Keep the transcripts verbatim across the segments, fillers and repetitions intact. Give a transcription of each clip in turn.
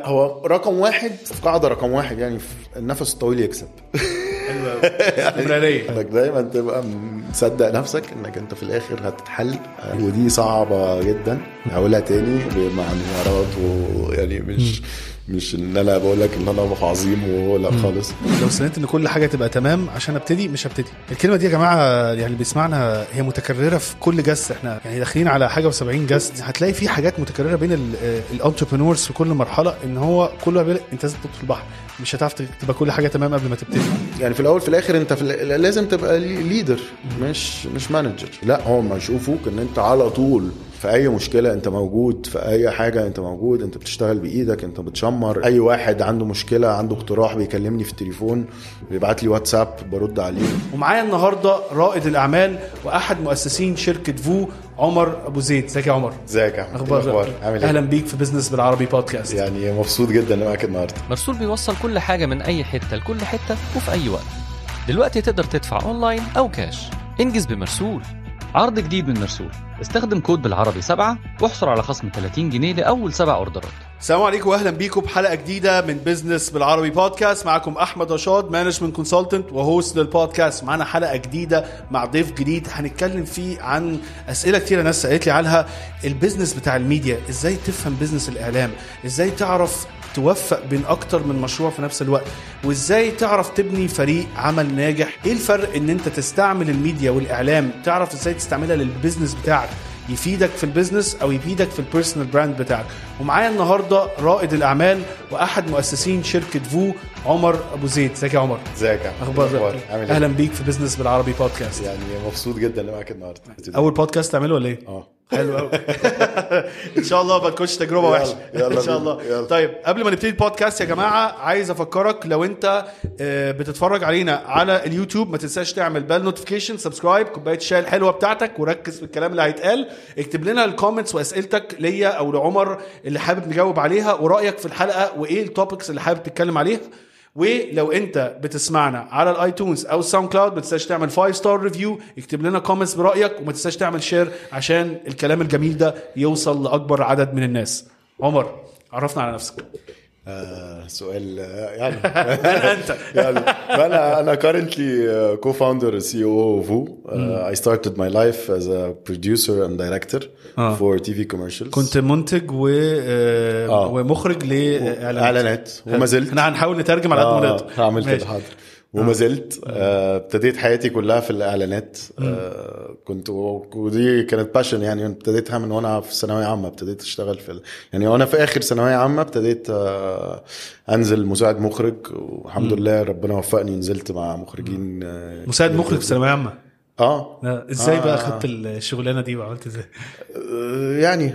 هو رقم واحد في قاعدة رقم واحد يعني النفس الطويل يكسب. يعني انك دايما تبقى مصدق نفسك انك انت في الاخر هتتحل، ودي صعبة جدا. هقولها تاني مع المهارات، ويعني مش مش ان انا بقول لك ان انا عظيم ولا خالص. لو استنيت ان كل حاجه تبقى تمام عشان ابتدي مش هبتدي. الكلمه دي يا جماعه يعني اللي بيسمعنا هي متكرره في كل جست. احنا يعني داخلين على حاجه وسبعين جست، هتلاقي في حاجات متكرره بين الانتربرنورز في كل مرحله، ان هو كله بيقول انت لازم تدخل البحر، مش هتعرف تبقى كل حاجه تمام قبل ما تبتدي. يعني في الاول في الاخر انت في لازم تبقى ليدر مش مش مانجر. لا، هو ما يشوفوك ان انت على طول في اي مشكله انت موجود، في اي حاجه انت موجود، انت بتشتغل بايدك، انت بتشمر. اي واحد عنده مشكله عنده اقتراح بيكلمني في التليفون، بيبعت لي واتساب برد عليه. ومعايا النهارده رائد الاعمال واحد مؤسسين شركه فو، عمر ابو زيد. ازيك يا عمر؟ ازيك يا احمد؟ اهلا بيك في بزنس بالعربي بودكاست. يعني مبسوط جدا اني معاك النهارده. مرسول بيوصل كل حاجه من اي حته لكل حته وفي اي وقت. دلوقتي تقدر تدفع اونلاين او كاش. انجز بمرسول. عرض جديد من مرسول، استخدم كود بالعربي سبعة واحصل على خصم ثلاثين جنيه لأول سبع أوردرات. السلام عليكم واهلا بيكم بحلقة جديدة من بزنس بالعربي بودكاست. معكم أحمد رشاد، مانجمنت كونسلتنت وهوست للبودكاست. معنا حلقة جديدة مع ضيف جديد هنتكلم فيه عن أسئلة كتيرة ناس سألت لي عنها. البزنس بتاع الميديا، إزاي تفهم بزنس الإعلام، إزاي تعرف توفق بين أكتر من مشروع في نفس الوقت، وإزاي تعرف تبني فريق عمل ناجح. إيه الفرق إن أنت تستعمل الميديا والإعلام، تعرف إزاي تستعملها للبزنس بتاعك يفيدك في البزنس أو يفيدك في البيرسونال براند بتاعك. ومعايا النهاردة رائد الأعمال وأحد مؤسسين شركة فو، عمر أبو زيد. ازيك يا عمر؟ ازيك يا أخبار؟ أهلا بيك في بزنس بالعربي بودكاست. يعني مبسوط جدا اني معاك النهارده. أول بودكاست تعمله ولا إيه؟ اه حلو قوي. ان شاء الله ما تكونش تجربه وحشه ان شاء الله. يلا. طيب قبل ما نبتدي البودكاست يا جماعه، عايز افكرك لو انت بتتفرج علينا على اليوتيوب ما تنساش تعمل بال نوتيفيكيشن، سبسكرايب، كوبايه الشاي الحلوه بتاعتك، وركز في الكلام اللي هيتقال. اكتب لنا الكومنتس واسئلتك ليا او لعمر اللي حابب نجاوب عليها، ورايك في الحلقه وايه التوبكس اللي حابب تتكلم عليها. ولو انت بتسمعنا على الايتونز او الساوند كلاود ما تنساش تعمل خمسة ستار ريفيو، اكتب لنا كومنتس برايك، وما تنساش تعمل شير عشان الكلام الجميل ده يوصل لاكبر عدد من الناس. عمر، عرفنا على نفسك. آه سؤال يعني انت يعني انا انا currently co-founder C E O of Voo. uh, I started my life as a producer and director آه. for T V commercials. كنت منتج و آه. ومخرج لاعلانات وما زلت. احنا هنحاول نترجم على قد ما نقدر. هعمل كده حاضر. وما زلت ابتديت آه حياتي كلها في الاعلانات. آه كنت ودي كانت باشن يعني. ابتديتها من وانا في ثانويه عامه، ابتديت اشتغل في يعني وانا في اخر ثانويه عامه ابتديت آه انزل مساعد مخرج، والحمد لله ربنا وفقني نزلت مع مخرجين. آه مساعد مخرج في ثانويه عامه. اه ازاي آه. بقى خدت الشغلانه دي وعملت ازاي؟ آه يعني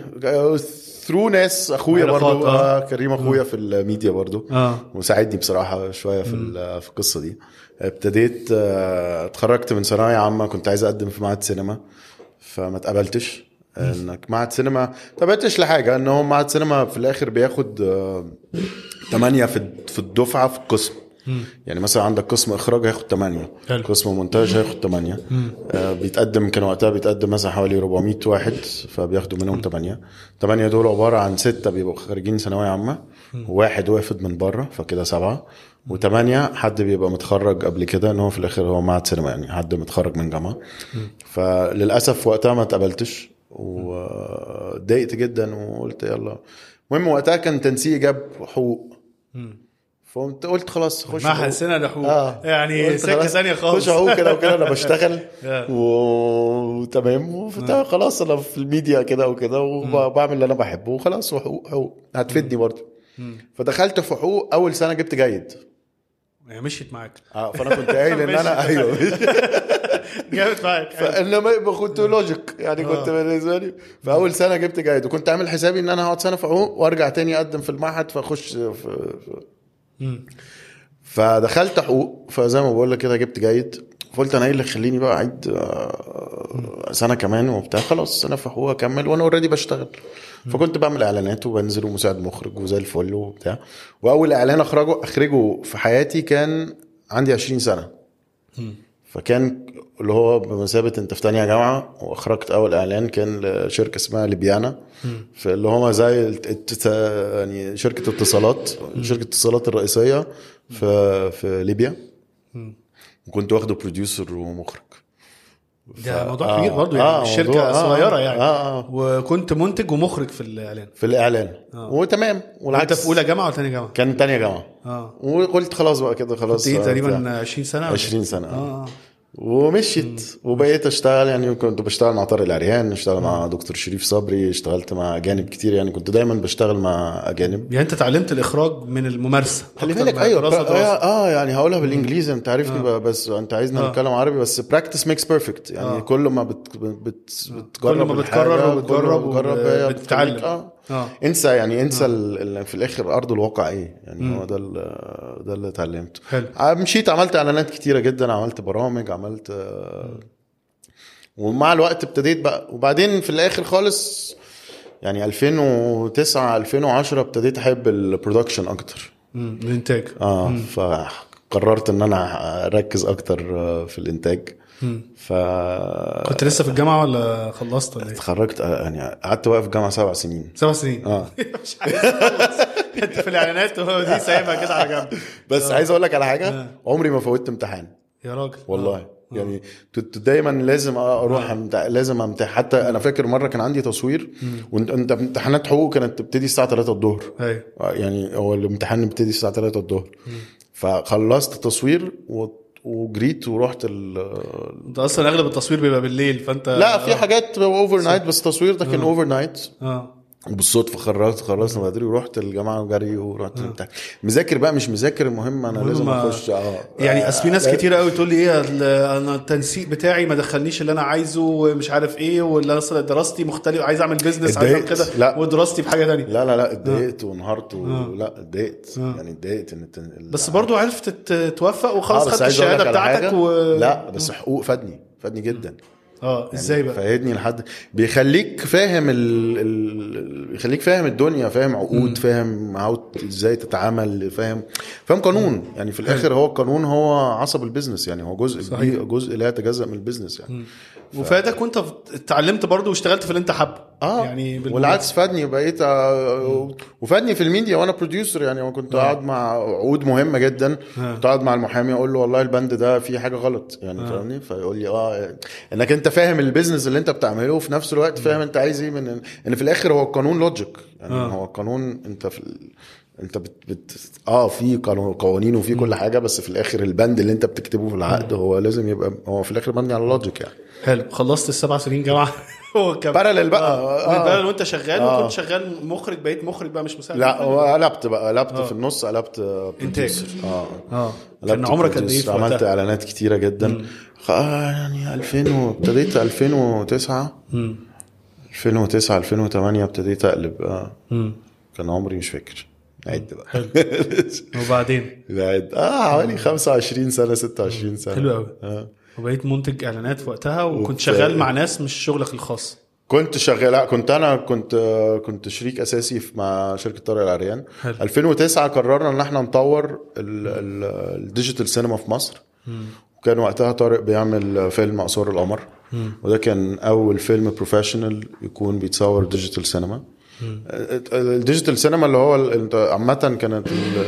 ثرو ناس اخويا برضو آه كريم اخويا في الميديا برضو آه. وساعدني بصراحه شويه في في القصه دي. ابتديت آه اتخرجت من ثانويه عامه، كنت عايز اقدم في معهد سينما فما اتقبلتش. انك معهد سينما تبعتش لحاجه، ان هو معهد سينما في الاخر بياخد آه ثمانية في في الدفعه في القسم. يعني مثلا عندك قسم اخراج هياخد ثمانية، قسم مونتاج هياخد ثمانية. آه بيتقدم كان وقتها بيتقدم مثلا حوالي أربعمية واحد، فبياخدوا منهم ثمانية. ثمانية دول عباره عن ستة بيبقوا خارجين ثانويه عامه، وواحد وافد من بره فكده سبعة، وثمانية حد بيبقى متخرج قبل كده، ان هو في الاخر هو معهد سينما يعني حد متخرج من جامعه. فللاسف وقتها ما اتقبلتش وضايقت جدا وقلت يلا. المهم وقتها كان تنسيق جاب حقوق، فقلت قلت خلاص خش معهد سنه لحقوق. آه. يعني سكه ثانيه خالص، خش حقوق كده وكده انا بشتغل وتمام خلاص انا في الميديا كده وكده وبعمل اللي انا بحبه وخلاص، وحقوق حقوق هتفيدني برضه. فدخلت في حقوق، اول سنه جبت جيد يعني مشيت معاك. اه فانا كنت قايل ان انا ايوه جابت معاك، فانما كنت لوجيك يعني. كنت بالنسبه لي في اول سنه جبت جيد، وكنت عامل حسابي ان انا هقعد سنه في حقوق وارجع تاني اقدم في المعهد فاخش في فدخلت حقوق. فزي ما بقول لك كده جبت جيد، قلت انا ايه اللي خليني بقى اعيد سنه كمان وبتاع، خلاص سنه في حقوق اكمل وانا اوريدي بشتغل. فكنت بعمل اعلانات وبنزل ومساعد مخرج وزي الفل وبتاع. واول اعلان اخرجه اخرجه في حياتي كان عندي عشرين سنه، فكان اللي هو بمثابه انت في تانية جامعه، واخرجت اول اعلان كان لشركه اسمها ليبيانا، في اللي هو زي الت... يعني شركه اتصالات، شركه اتصالات الرئيسيه في في ليبيا، وكنت واخده بروديوسر ومخرج. ده موضوع كبير برضو يعني، آه الشركه آه صغيره يعني. آه آه وكنت منتج ومخرج في الاعلان في الاعلان آه. وتمام. والعكس انت في اولى جامعه ولا ثانيه جامعه؟ كان تانية جامعه. اه وقلت خلاص بقى كده خلاص. كنت تقريبا عشرين سنه عشرين سنه اه ومشيت وبقيت اشتغل. يعني كنت بشتغل مع طارق العريان، اشتغل مع دكتور شريف صبري، اشتغلت مع اجانب كتير. يعني كنت دايما بشتغل مع اجانب. يعني انت اتعلمت الاخراج من الممارسه خلي بالك. ايوه دراسة دراسة. اه يعني هقولها بالانجليزي انت عارفني آه. بس انت عايزنا آه. نتكلم عربي. بس practice makes perfect. يعني آه. كل ما بت بت بتجرب، كل ما بتكرر وبتجرب وبتتعلم آه. آه. انسى يعني انسى آه. في الاخر ارض الواقع ايه يعني. م. هو ده ده اللي اتعلمته. مشيت عملت اعلانات كتيره جدا، عملت برامج، عملت ومع الوقت ابتديت بقى. وبعدين في الاخر خالص يعني ألفين وتسعة ألفين وعشرة ابتديت احب البرودكشن اكتر، امم الانتاج. اه مم. فقررت ان انا اركز اكتر في الانتاج. ف كنت لسه في الجامعه ولا خلصت ولا ايه؟ اتخرجت يعني، قعدت واقف في الجامعه سبع سنين. سبع سنين اه مش عايز اخلص. انت في الاعلانات وهو دي سايبها كده على جنب. بس عايز اقول لك على حاجه، عمري ما فوتت امتحان يا راجل والله. آه. يعني كنت دايما لازم اروح امتح... لازم امتحن. حتى انا فاكر مره كان عندي تصوير، وانت امتحانات حقوق كانت تبتدي الساعه ثلاثة الظهر. ايوه يعني هو الامتحان بيبتدي الساعه ثلاثة الظهر. فخلصت التصوير و... وجريت ورحت ال... انت اصلا اغلب التصوير بيبقى بالليل، فانت لا في حاجات اوفر نايت، بس التصوير ده كان اوفر نايت. اه وبالصدفه خرجت خلصنا بدري ورحت الجامعه جري ورحت بتاع مذاكر بقى مش مذاكر. المهم انا لازم اخش اه يعني. اصل في ناس كتير قوي تقول لي ايه، انا التنسيق بتاعي ما دخلنيش اللي انا عايزه ومش عارف ايه، ولا اصلا دراستي مختلفه، عايز اعمل بيزنس عايز كده، ودراستي في حاجه ثانيه. لا لا لا اتضايقت وانهارت و... لا اتضايقت يعني اتضايقت ان التن... بس برضو عرفت تتوفق وخلاص. خدت الشهاده بتاعتك و... لا بس حقوق فادني فادني جدا. اه ازاي بقى؟ فايدني لحد بيخليك فاهم ال... ال... بيخليك فاهم الدنيا، فاهم عقود، م. فاهم هاو ازاي تتعامل، فاهم فاهم قانون. م. يعني في الاخر هو القانون هو عصب البيزنس، يعني هو جزء صحيح. جزء لا يتجزأ من البيزنس يعني. ف... وفادك وانت اتعلمت برضو واشتغلت في اللي انت حابه. اه يعني والعكس فادني بقيت آه وفادني في الميديا وانا بروديوسر. يعني كنت قاعد مع عقود مهمه جدا، كنت قاعد مع المحامي اقول له والله البند ده فيه حاجه غلط يعني، فاهمني؟ فيقول لي اه يعني انك انت فاهم البيزنس اللي انت بتعمله، وفي نفس الوقت فاهم انت عايز ايه من ان في الاخر هو القانون لوجيك يعني. آه. هو القانون انت في انت بت, بت... اه في قوانين وفي كل حاجه، بس في الاخر البند اللي انت بتكتبه في العقد هو لازم يبقى هو في الاخر مبني على لوجيك يعني. حلو. خلصت السبع سنين جامعه هو كان باراليل بقى اه آه. وانت شغال آه. وكنت شغال مخرج، بقيت مخرج بقى مش مساعد. لا قلبت بقى قلبت آه. في النص قلبت بروديوسر. اه اه كان عمرك قد ايه؟ عملت اعلانات كتيره جدا. آه يعني ألفين وابتديت ألفين وتسعة امم ألفين وتسعة ألفين وثمانية ابتديت اقلب. اه امم كان عمري مش فاكر عد بقى. حلو. وبعدين عد اه حوالي خمسة وعشرين سنه ستة وعشرين سنه. حلو قوي. اه وبقيت منتج اعلانات في وقتها، وكنت شغال مع ناس مش شغلك الخاص. كنت شغال كنت انا كنت كنت شريك اساسي مع شركه طارق العريان. حلو. ألفين وتسعة قررنا ان احنا نطور الديجيتال سينما في مصر. مم. وكان وقتها طارق بيعمل فيلم أسوار القمر، مم. وده كان اول فيلم بروفيشنال يكون بيتصور ديجيتال سينما. الديجيتال سينما اللي هو عامه كانت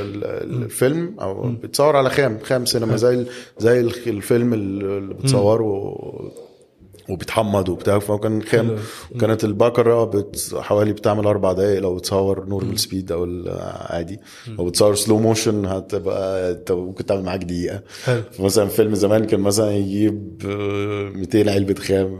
الفيلم او بيتصور على خام خام سينما زي زي الفيلم اللي بتصوره وبيتحمض وبتاع. فكان خام، وكانت الباكره حوالي بتعمل اربع دقائق لو بتصور نورمال سبيد او العادي. لو بتصور سلو موشن هتبقى انت ممكن تعمل معاك دقيقه. مثلا فيلم زمان كان مثلا يجيب مئتين علبه خام.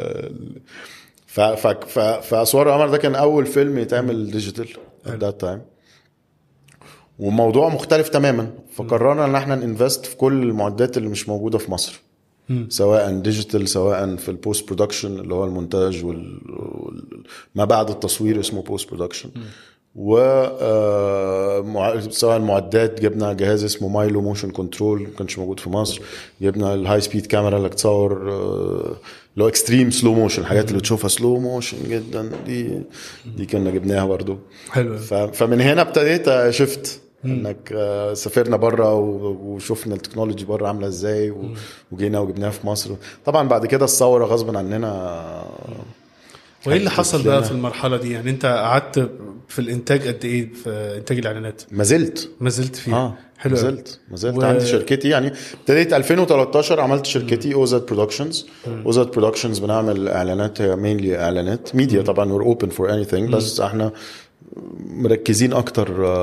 ف ف ف فأسوار القمر ده كان اول فيلم يتعمل ديجيتال at that time، وموضوع مختلف تماما. فقررنا ان احنا نinvest في كل المعدات اللي مش موجوده في مصر، سواء ديجيتال سواء في البوست برودكشن اللي هو المونتاج وما بعد التصوير اسمه بوست برودكشن. و سواء المعدات جبنا جهاز اسمه مايلو موشن كنترول ما كانش موجود في مصر، جبنا الهاي سبيد كاميرا اللي تصور لو اكستريم سلو موشن، الحاجات اللي تشوفها سلو موشن جدا دي دي كنا جبناها برضو. حلو. فمن هنا ابتديت شفت انك آه سافرنا بره وشوفنا التكنولوجي بره عامله ازاي وجينا وجبناها في مصر. طبعا بعد كده الثوره غصبا عننا. وايه اللي حصل بقى في المرحله دي؟ يعني انت قعدت في الانتاج قد ايه في انتاج الاعلانات؟ ما زلت ما زلت فيه. اه حلو. ما زلت ما زلت و... عندي شركتي. يعني ابتديت ألفين وتلتاشر عملت شركتي اوزاد برودكشنز. اوزاد برودكشنز بنعمل اعلانات، هي مينلي اعلانات ميديا طبعا. we're open for anything. بس احنا مركزين اكتر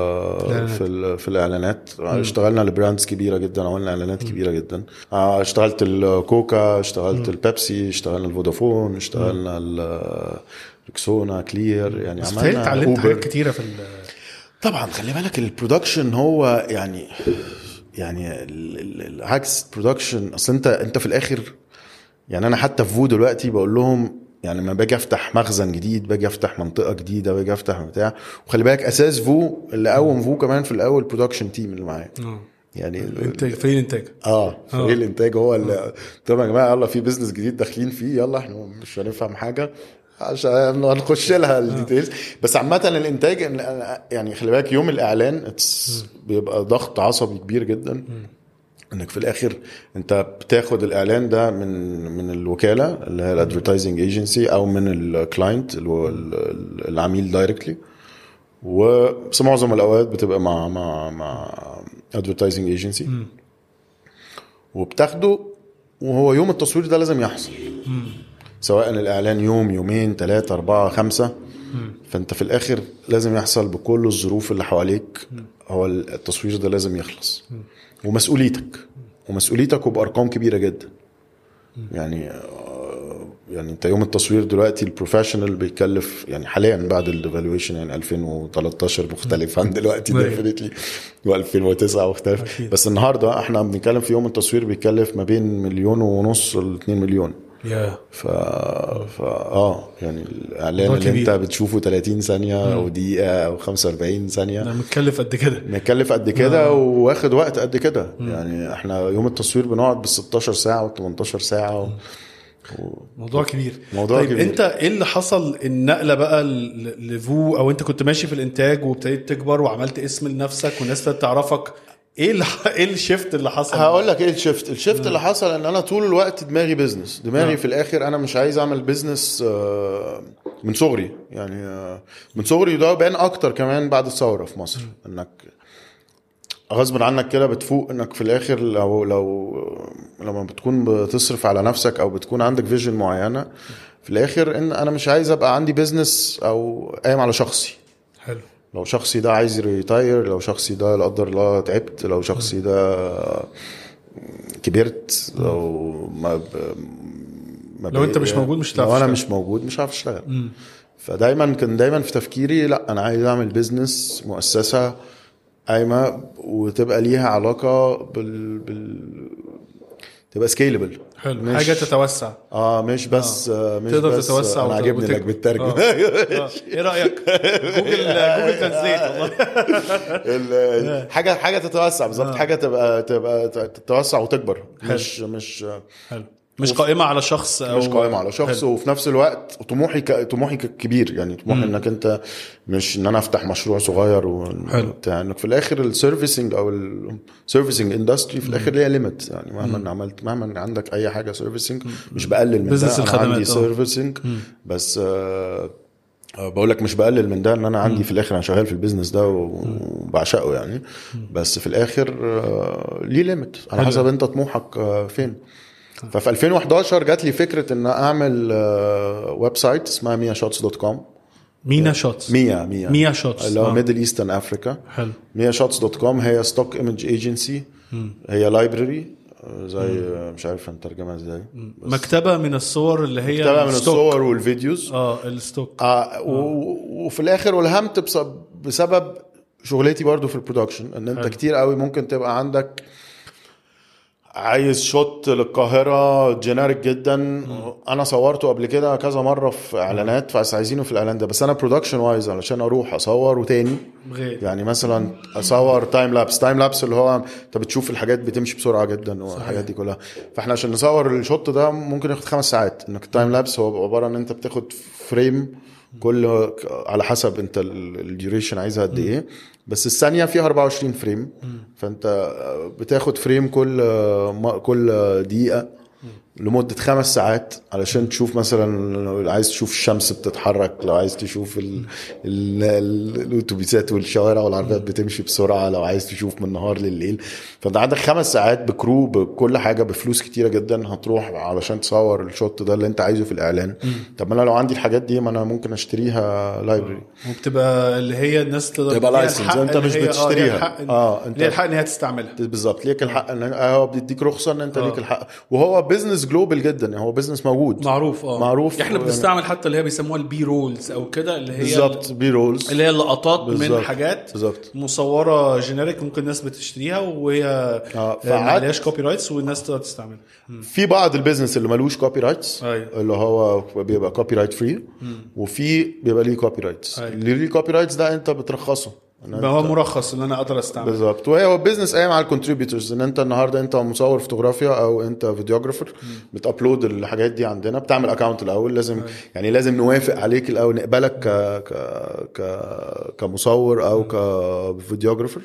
في في الاعلانات. اشتغلنا لبراندز كبيره جدا، عملنا اعلانات كبيره جدا. اشتغلت الكوكا، اشتغلت البيبسي، اشتغلنا الفودافون، اشتغلنا الريكسونا كلير. يعني عملنا اتعلمت حاجات كتيره في طبعا. خلي بالك البرودكشن هو يعني يعني العكس برودكشن. اصل انت انت في الاخر يعني انا حتى في فو دلوقتي بقول لهم يعني ما باجي افتح مخزن جديد، باجي افتح منطقه جديده، باجي افتح بتاع. وخلي بالك اساس فو اللي قوم فو كمان في الاول برودكشن تيم اللي معايا. يعني الانتاج، فريق الانتاج. اه فريق الانتاج هو اللي طبعا يا جماعه يلا في بزنس جديد داخلين فيه، يلا احنا مش هنفهم حاجه عشان هنخش لها الديتيلز. بس عامه الانتاج يعني خلي بالك يوم الاعلان بيبقى ضغط عصبي كبير جدا. انك في الاخر انت بتاخد الاعلان ده من من الوكاله اللي هي الادفيرتايزنج ايجنسي او من الكلاينت اللي هو العميل دايركتلي. وبس معظم الاوقات بتبقى مع مع مع ادفيرتايزنج ايجنسي. وبتاخده وهو يوم التصوير ده لازم يحصل. سواء الاعلان يوم يومين ثلاثة أربعة خمسة. فانت في الاخر لازم يحصل بكل الظروف اللي حواليك. هو التصوير ده لازم يخلص. ومسؤوليتك ومسؤوليتك وبأرقام كبيرة جدا. يعني يعني انت يوم التصوير دلوقتي البروفيشنال بيكلف يعني حاليا بعد الديفالويشن يعني ألفين وتلتاشر مختلف عن دلوقتي ديفينتلي وألفين وتسعة مختلف. بس النهارده احنا بنتكلم في يوم التصوير بيكلف ما بين مليون ونص ل اتنين مليون. يا ف... ف اه يعني الاعلان اللي انت بتشوفه ثلاثين ثانيه او دقيقه او خمسة وأربعين ثانيه ده متكلف قد كده متكلف قد كده واخد وقت قد كده. يعني احنا يوم التصوير بنقعد بال ستاشر ساعه و18 ساعه و... موضوع كبير. موضوع طيب كبير. انت ايه اللي حصل النقله بقى لفو؟ او انت كنت ماشي في الانتاج وابتديت تكبر وعملت اسم لنفسك والناس تعرفك. ايه اللي ايه الشيفت اللي حصل؟ هقول لك ايه الشيفت. الشيفت اللي حصل ان انا طول الوقت دماغي بيزنس. دماغي م. في الاخر انا مش عايز اعمل بيزنس من صغري. يعني من صغري ده بان اكتر كمان بعد الثوره في مصر. م. انك غصب عنك كده بتفوق انك في الاخر لو لو لما بتكون بتصرف على نفسك او بتكون عندك فيجن معينه في الاخر ان انا مش عايز ابقى عندي بيزنس او قايم على شخصي. حلو. لو شخصي ده عايز يريتاير، لو شخصي ده لا قدر الله تعبت، لو شخصي ده كبرت، لو ما, ب... ما لو انت مش موجود مش هتعرف. لو انا مش موجود مش هعرف اشتغل. فدايما كان دايما في تفكيري لا انا عايز اعمل بيزنس مؤسسه قايمه وتبقى ليها علاقه بال, بال... تبقى سكيلبل. حلو. حاجه تتوسع. اه مش بس آه مش تقدر بس تتوسع. انا عاجبني انك بتترجم. آه. آه. ايه رايك؟ جوجل جوجل ترانسليت والله. حاجه حاجه تتوسع بالظبط. آه. حاجه تبقى تبقى تتوسع وتكبر. حلو. مش مش حلو. مش قائمه على شخص أو مش قائمه على شخص. حلو. وفي نفس الوقت طموحي ك... طموحي كبير. يعني طموحي انك انت مش ان انا افتح مشروع صغير وبتاع. انك في الاخر السيرفيسنج او السيرفيسنج اندستري في الاخر ليها ليميت. يعني مهما عملت مهما عندك اي حاجه سيرفيسنج مش بقلل من ده. انا عندي سيرفيسنج بس آه بقول لك مش بقلل من ده ان انا عندي م. في الاخر انا شغال في البيزنس ده وبعشقه يعني. بس في الاخر آه ليه ليميت على حسب انت طموحك آه فين. ففي ألفين وحداشر جات لي فكره ان اعمل ويب سايت اسمها ميا شوتس دوت كوم. مينا شوتس. ميا ميا ميا شوتس اللي هو ميدل ايسترن افريكا. حلو. ميا شوتس دوت كوم هي ستوك ايمج ايجنسي. هي لايبرري زي مم. مش عارف نترجمها ازاي. مكتبه من الصور اللي هي مكتبه من الصور والفيديوز. اه الستوك. آه, آه. وفي الاخر والهمت بسبب شغلتي برضو في البرودكشن ان انت حلو. كتير قوي ممكن تبقى عندك عايز شوت للقاهرة جينيريك جدا. م. انا صورته قبل كده كذا مرة في اعلانات فعايزينه في الاعلان ده. بس انا برودكشن وايز علشان اروح اصور وتاني غير. يعني مثلا اصور تايم لابس. تايم لابس اللي هو انت بتشوف الحاجات بتمشي بسرعة جدا والحاجات دي كلها. فاحنا عشان نصور الشوت ده ممكن ياخد خمس ساعات. انك التايم لابس هو عبارة ان انت بتاخد فريم كل على حسب انت الديوريشن عايزها قد ايه، بس الثانيه فيها أربعة وعشرين فريم، فانت بتاخد فريم كل كل دقيقه لمدة خمس ساعات علشان تشوف مثلا لو عايز تشوف الشمس بتتحرك، لو عايز تشوف الأوتوبيسات والشوارع والعربيات بتمشي بسرعة، لو عايز تشوف من النهار لليل. فانت عندك خمس ساعات بكرو بكل حاجة بفلوس كتيرة جدا هتروح علشان تصور الشوت ده اللي انت عايزه في الإعلان. طب انا لو عندي الحاجات دي ما انا ممكن اشتريها لايبرري، وبتبقى اللي هي الناس تقدر تبقى لايسنس، انت مش بتشتريها. اه انت ليك الحق ان هي تستعملها. بالظبط، ليك الحق ان هو بيديك رخصة ان انت ليك الحق، وهو بيزنس جلوبال جدا، هو بزنس موجود معروف اه معروف. احنا بنستعمل حتى اللي هي بيسموها البي رولز او كده، اللي هي بالظبط بي رولز، اللي هي اللقطات من حاجات بالزبط. مصوره جينيريك ممكن الناس بتشتريها وهي آه ما عليهاش كوبي رايتس والناس تقدر تستعملها. في بعض البيزنس اللي ملوش كوبي رايتس أيوة. اللي هو بيبقى كوبي رايت فري، وفي بيبقى ليه كوبي رايتس. اللي ليه كوبي رايتس ده انت بترخصه، هو مرخص ان انا اقدر استعمل. بالظبط. وهي هو بيزنس قايم على الكونتريبيوتورز، ان انت النهارده انت مصور فوتوغرافيا او انت فيديوغرافر بتابلود الحاجات دي عندنا، بتعمل اكاونت الاول، لازم أي. يعني لازم نوافق عليك الاول، نقبلك ك ك ك كمصور او كفيديوغرافر،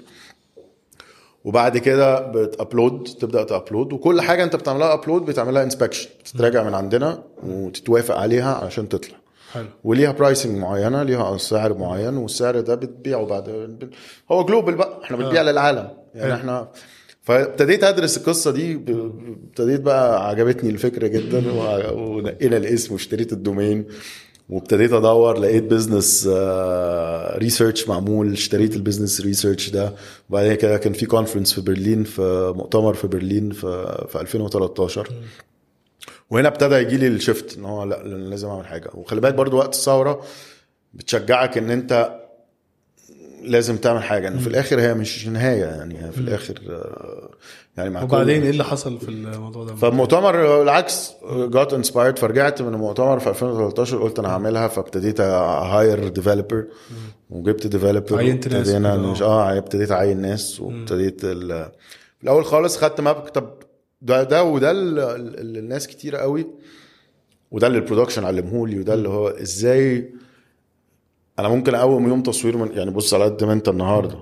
وبعد كده بتابلود، تبدا تابلود، وكل حاجه انت بتعملها ابلود بتعملها انسبكشن، تتراجع من عندنا وتتوافق عليها عشان تطلع. حلو. وليها برايسنج معينه، ليها سعر معين، والسعر ده بتبيعه بعد. هو جلوبال بقى، احنا بنبيع للعالم يعني. حلو. احنا فابتديت ادرس القصه دي، ابتديت بقى عجبتني الفكره جدا، ونقينا الاسم واشتريت الدومين، وابتديت ادور، لقيت بيزنس ريسيرش معمول، اشتريت البيزنس ريسيرش ده. وبعدين كده كان في كونفرنس في برلين، في مؤتمر في برلين في في ألفين وتلتاشر، وهنا ابتدى يجي لي الشفت ان هو لا لازم اعمل حاجه. وخلي بالك برضو وقت الثوره بتشجعك ان انت لازم تعمل حاجه، ان في الاخر هي مش نهايه يعني، هي في الاخر يعني مع. وبعدين ايه اللي حصل في الموضوع ده؟ فالمؤتمر العكس جات انسبايرد، فرجعت من المؤتمر في ألفين وتلتاشر قلت انا هعملها، فابتديت هاير ديفلوبر، وجبت ديفلوبر، ابتدينا مش اه ابتديت اعين ناس، وابتديت الاول خالص خدت مكتب ده ده وده اللي الناس كتير قوي، وده اللي البرودكشن علمهولي، وده اللي هو ازاي انا ممكن اقوم يوم تصوير من يعني. بص على قد ما انت النهارده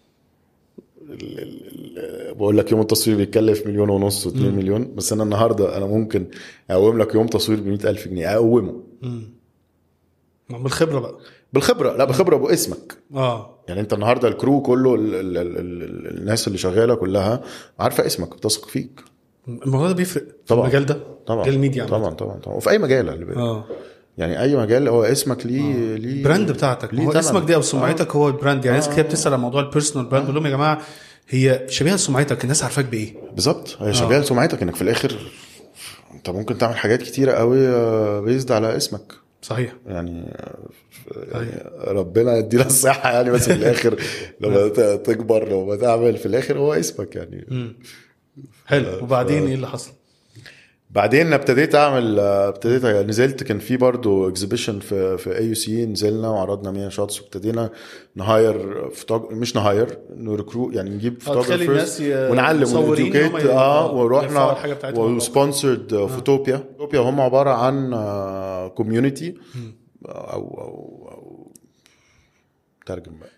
بقول لك يوم التصوير بيتكلف مليون ونص واتنين مليون، بس انا النهارده انا ممكن اقوم لك يوم تصوير بمئة ألف جنيه، اقومه بالخبره بقى، بالخبره لا بالخبره باسمك. اه يعني انت النهارده الكرو كله ال ال ال ال الناس اللي شغاله كلها عارفه اسمك وبتثق فيك. الموضوع ده بيفرق في المجال ده طبعا، الميديا طبعا طبعا طبعا، وفي اي مجال اللي اه يعني اي مجال هو اسمك ليه آه. ليه براند بتاعتك، هو اسمك ده او سمعتك آه. هو البراند يعني. ناس آه. كتير بتسال عن موضوع البيرسونال براند، بقول لهم يا جماعه هي شبيهه لسمعتك، الناس عارفاك بايه بالظبط. هي شبيهه لسمعتك، انك في الاخر انت ممكن تعمل حاجات كتيره قوي بيزد على اسمك. صحيح يعني, يعني ربنا يدينا الصحه يعني، بس في الاخر لما تكبر لما تعمل في الاخر هو اسمك يعني. حلو. وبعدين ف... ايه اللي حصل بعدين؟ ابتديت اعمل ابتديت نزلت، كان في برضو اكزيبيشن في في اي يو سي، نزلنا وعرضنا مية شوتس، وابتدينا نهاير فوتوغ... مش نهاير نركرو يعني، نجيب فوتوغرافرز ونعلم ونيدوكيت اه ورحنا وسبونسرد فوتوبيا. فوتوبيا هم عباره عن كوميونتي او او او ترجم بقى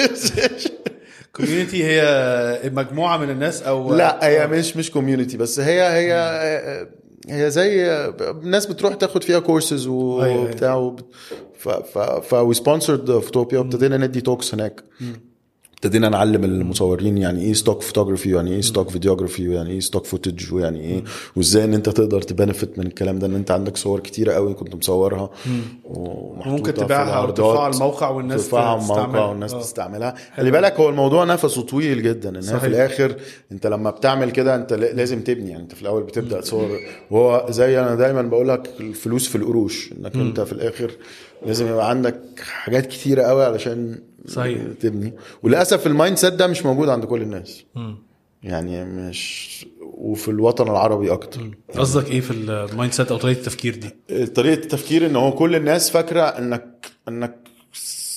كوميونتي هي مجموعه من الناس او لا هي مش مش كوميونتي بس، هي هي هي زي الناس بتروح تاخد فيها كورسز وبتاع، ف ف ف سبونسرد فوتوبيا، وابتدينا ندي توكس هناك، ابتدينا نعلم المصورين يعني ايه ستوك فوتوغرافي، يعني ايه ستوك فيديوغرافي، ويعني ايه ستوك فوتج، ويعني ايه وازاي ان انت تقدر تبنفت من الكلام ده، ان انت عندك صور كتيره قوي كنت مصورها وممكن تبيعها او ترفعها على الموقع والناس تستعملها والناس أوه. تستعملها. خلي بالك هو الموضوع نفسه طويل جدا، ان في الاخر انت لما بتعمل كده انت لازم تبني يعني. انت في الاول بتبدا تصور، وهو زي انا دايما بقول لك الفلوس في القروش، انك مم. انت في الاخر لازم يبقى عندك حاجات كتيره قوي علشان صحيح تبني. وللاسف المايند سيت ده مش موجود عند كل الناس م. يعني مش، وفي الوطن العربي اكتر. قصدك ايه في المايند سيت او طريقه التفكير دي؟ طريقه التفكير ان هو كل الناس فاكره انك انك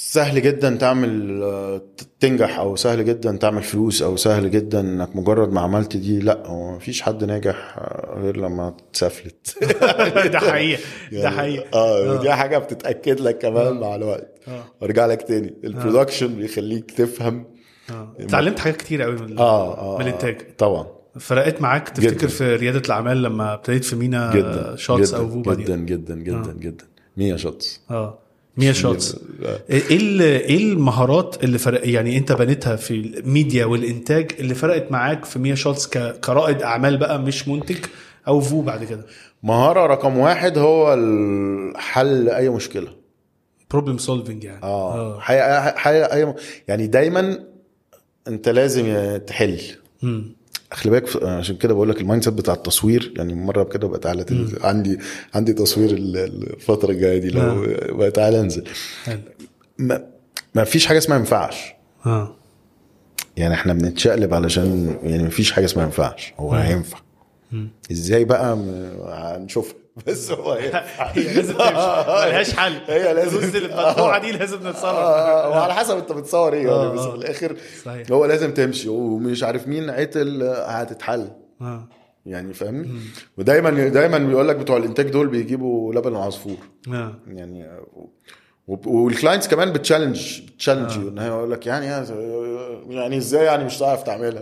سهل جدا تعمل تنجح او سهل جدا تعمل فلوس او سهل جدا انك مجرد ما عملت دي. لا، هو مفيش حد ناجح غير لما تسافلت. ده حقيقي ده حقيقي. اه دي حاجه بتتاكد لك كمان آه. مع الوقت. آه. وارجع لك تاني البرودكشن بيخليك تفهم. اه اتعلمت حاجات كتير قوي من آه آه من الانتاج طبعا. فرقت معاك تفتكر جداً. في رياده الاعمال لما ابتديت في مينا جدا شوتس جداً او فوبا جدا دي؟ جدا جدا آه. جدا مية شوتس. اه مية شوتس. ايه ايه المهارات اللي فرق يعني انت بنيتها في الميديا والانتاج اللي فرقت معاك في مية شوتس كرائد اعمال بقى مش منتج او فو بعد كده؟ مهارة رقم واحد هو الحل اي مشكلة. بروبلم سولفينج يعني. اه حقيقة حقيقة اي م... يعني دايما انت لازم تحل. امم خلي بالك عشان كده بقول لك المايند سيت بتاع التصوير. يعني مره بكده بقى تعالى تنزل عندي عندي تصوير الفتره الجايه دي لو بقى تعالى انزل. ما ما فيش حاجه اسمها ما ينفعش. اه يعني احنا بنتشقلب علشان يعني ما فيش حاجه اسمها ما ينفعش. هو هينفع ازاي بقى هنشوف. بس هو هي لازم تمشي ملهاش حل. هي لازم المدفوعه دي لازم نتصرف. وعلى حسب انت بتصور ايه يعني. بس في الاخر صحيح. هو لازم تمشي ومش عارف مين عتل هتتحل. اه يعني فاهمني. ودايما دايما بيقول لك بتوع الانتاج دول بيجيبوا لبن العصفور. اه يعني والكلاينتس كمان بتشالنج بتشالنج آه. ان هي يقول لك يعني يعني ازاي يعني مش هتعرف تعملها.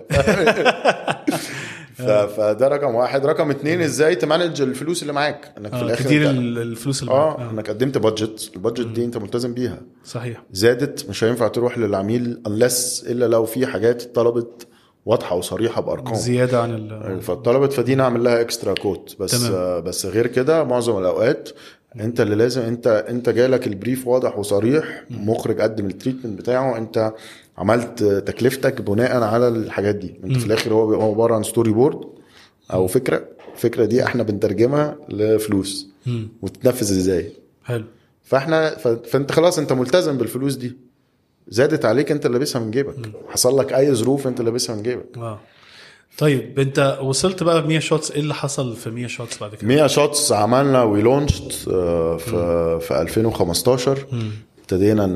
فده رقم واحد. رقم اتنين ازاي تمانج الفلوس اللي معاك. انك آه. في الاخر كتير الفلوس اللي معاك اه انك قدمت بادجت. البادجت دي انت ملتزم بيها. صحيح. زادت مش هينفع تروح للعميل unless الا لو في حاجات طلبت واضحه وصريحه بارقام زياده عن ال فطلبت فدي نعمل لها اكسترا كوت. بس تمام. بس غير كده معظم الاوقات انت اللي لازم انت انت جالك البريف واضح وصريح. مخرج قدم التريتمنت بتاعه. انت عملت تكلفتك بناء على الحاجات دي. انت في الاخر هو هو عباره عن ستوري بورد او فكره. الفكره دي احنا بنترجمها لفلوس وتتنفذ ازاي. حلو. فاحنا فانت خلاص انت ملتزم بالفلوس دي. زادت عليك انت اللي لابسها من جيبك. حصل لك اي ظروف انت اللي لابسها من جيبك. اه طيب انت وصلت بقى ب مية شوتس. ايه اللي حصل في مية شوتس بعد كده؟ مية شوتس عملنا وي لونشت في في ألفين وخمستاشر. ابتدينا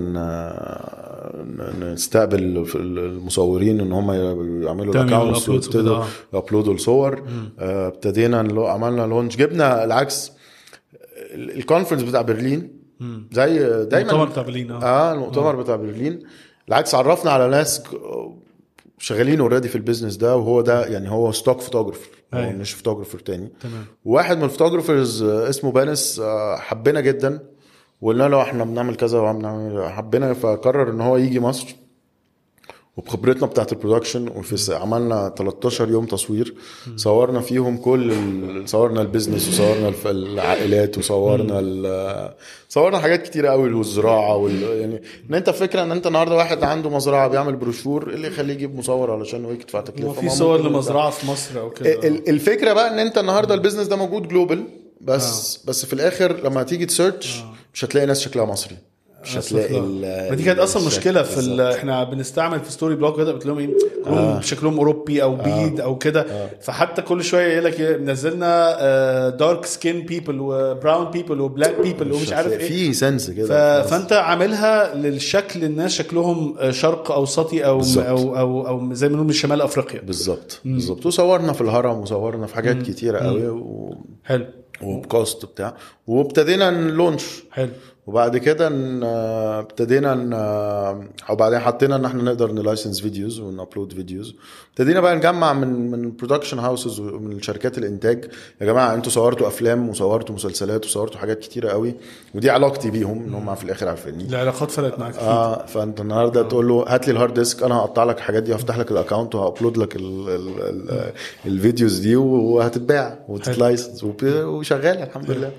نستقبل المصورين ان هم يعملوا الاكونتس ويبتدوا يابلودوا الصور. ابتدينا عملنا لونش. جبنا العكس الكونفرنس بتاع برلين زي دايما المؤتمر بتاع برلين. اه المؤتمر بتاع برلين. العكس عرفنا على ناس شغالين اوريدي في البيزنس ده. وهو ده يعني هو ستوك فوتوغرافر. هو مش فوتوغرافر تاني. تمام. واحد من الفوتوغرافرز اسمه بانس حبنا جدا وقلنا له احنا بنعمل كذا وعملنا حبنا. فقرر ان هو يجي مصر وبخبرتنا بتاعت البرودكشن. وفي عملنا تلتاشر يوم تصوير. صورنا فيهم كل صورنا البيزنس وصورنا العائلات وصورنا صورنا حاجات كتيرة قوي. والزراعة وال... يعني ان انت فكرة ان انت النهاردة واحد عنده مزرعة بيعمل بروشور اللي يخليه يجيب مصور علشان هو يدفع تكلفة. في صور لمزرعة في مصر او كده. الفكرة بقى ان انت النهاردة البيزنس ده موجود جلوبال. بس آه. بس في الاخر لما تيجي تسيرش آه. مش هتلاقي ناس شكلها مصري. مش هتلاقي. ما دي كانت اصلا مشكله في احنا بنستعمل في ستوري بلوك كده بتلاقيهم ايه آه. شكلهم اوروبي او بيد آه. او كده. آه. فحتى كل شويه يقول لك نزلنا دارك سكين بيبل وبراون بيبل وبلاك بيبل ومش عارف ايه. في سنس كده. ف... فانت عاملها للشكل الناس شكلهم شرق اوسطي او بالزبط. او او او زي ما بنقول من شمال افريقيا. بالظبط بالظبط. وصورنا في الهرم وصورنا في حاجات كتيره قوي و... حلو وبكاست بتاع. وابتدينا نلونش. حلو. وبعد كده ابتدينا وبعدين حطينا ان احنا نقدر نلايسنس فيديوز ونابلود فيديوز. ابتدينا بقى نجمع من من برودكشن هاوسز ومن الشركات الانتاج. يا جماعه انتوا صورتوا افلام وصورتوا مسلسلات وصورتوا حاجات كتيره قوي. ودي علاقتي بيهم ان هم في الاخر عارفيني. العلاقات فرقت معاك. اه فانت النهارده تقول له هات لي الهارد ديسك انا هقطع لك الحاجات دي وهفتح لك الاكونت وهابلود لك ال ال ال الفيديوز دي وهتتباع وتتلايسنس وشغاله الحمد لله.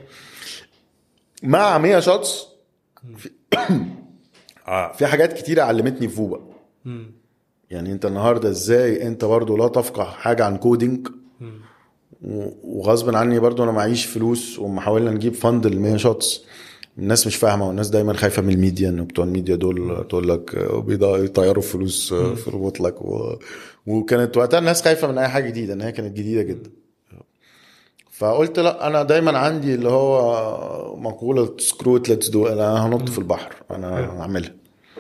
مع مية شوتس في, في حاجات كتيرة علمتني في فوبا. يعني انت النهاردة ازاي انت برضو لا تفقه حاجة عن كودينج. وغصب عني برضو انا معيش فلوس ومحاولنا نجيب فند المية شوتس. الناس مش فاهمة والناس دايما خايفة من الميديا انه بتوع الميديا دول تقول لك بيطيروا فلوس في المطلق و... وكانت وقتها الناس خايفة من اي حاجة جديدة ان هي كانت جديدة جدا. فقلت لا انا دايما عندي اللي هو مقولة سكروت ليتس دو. انا هنط في البحر انا هعملها.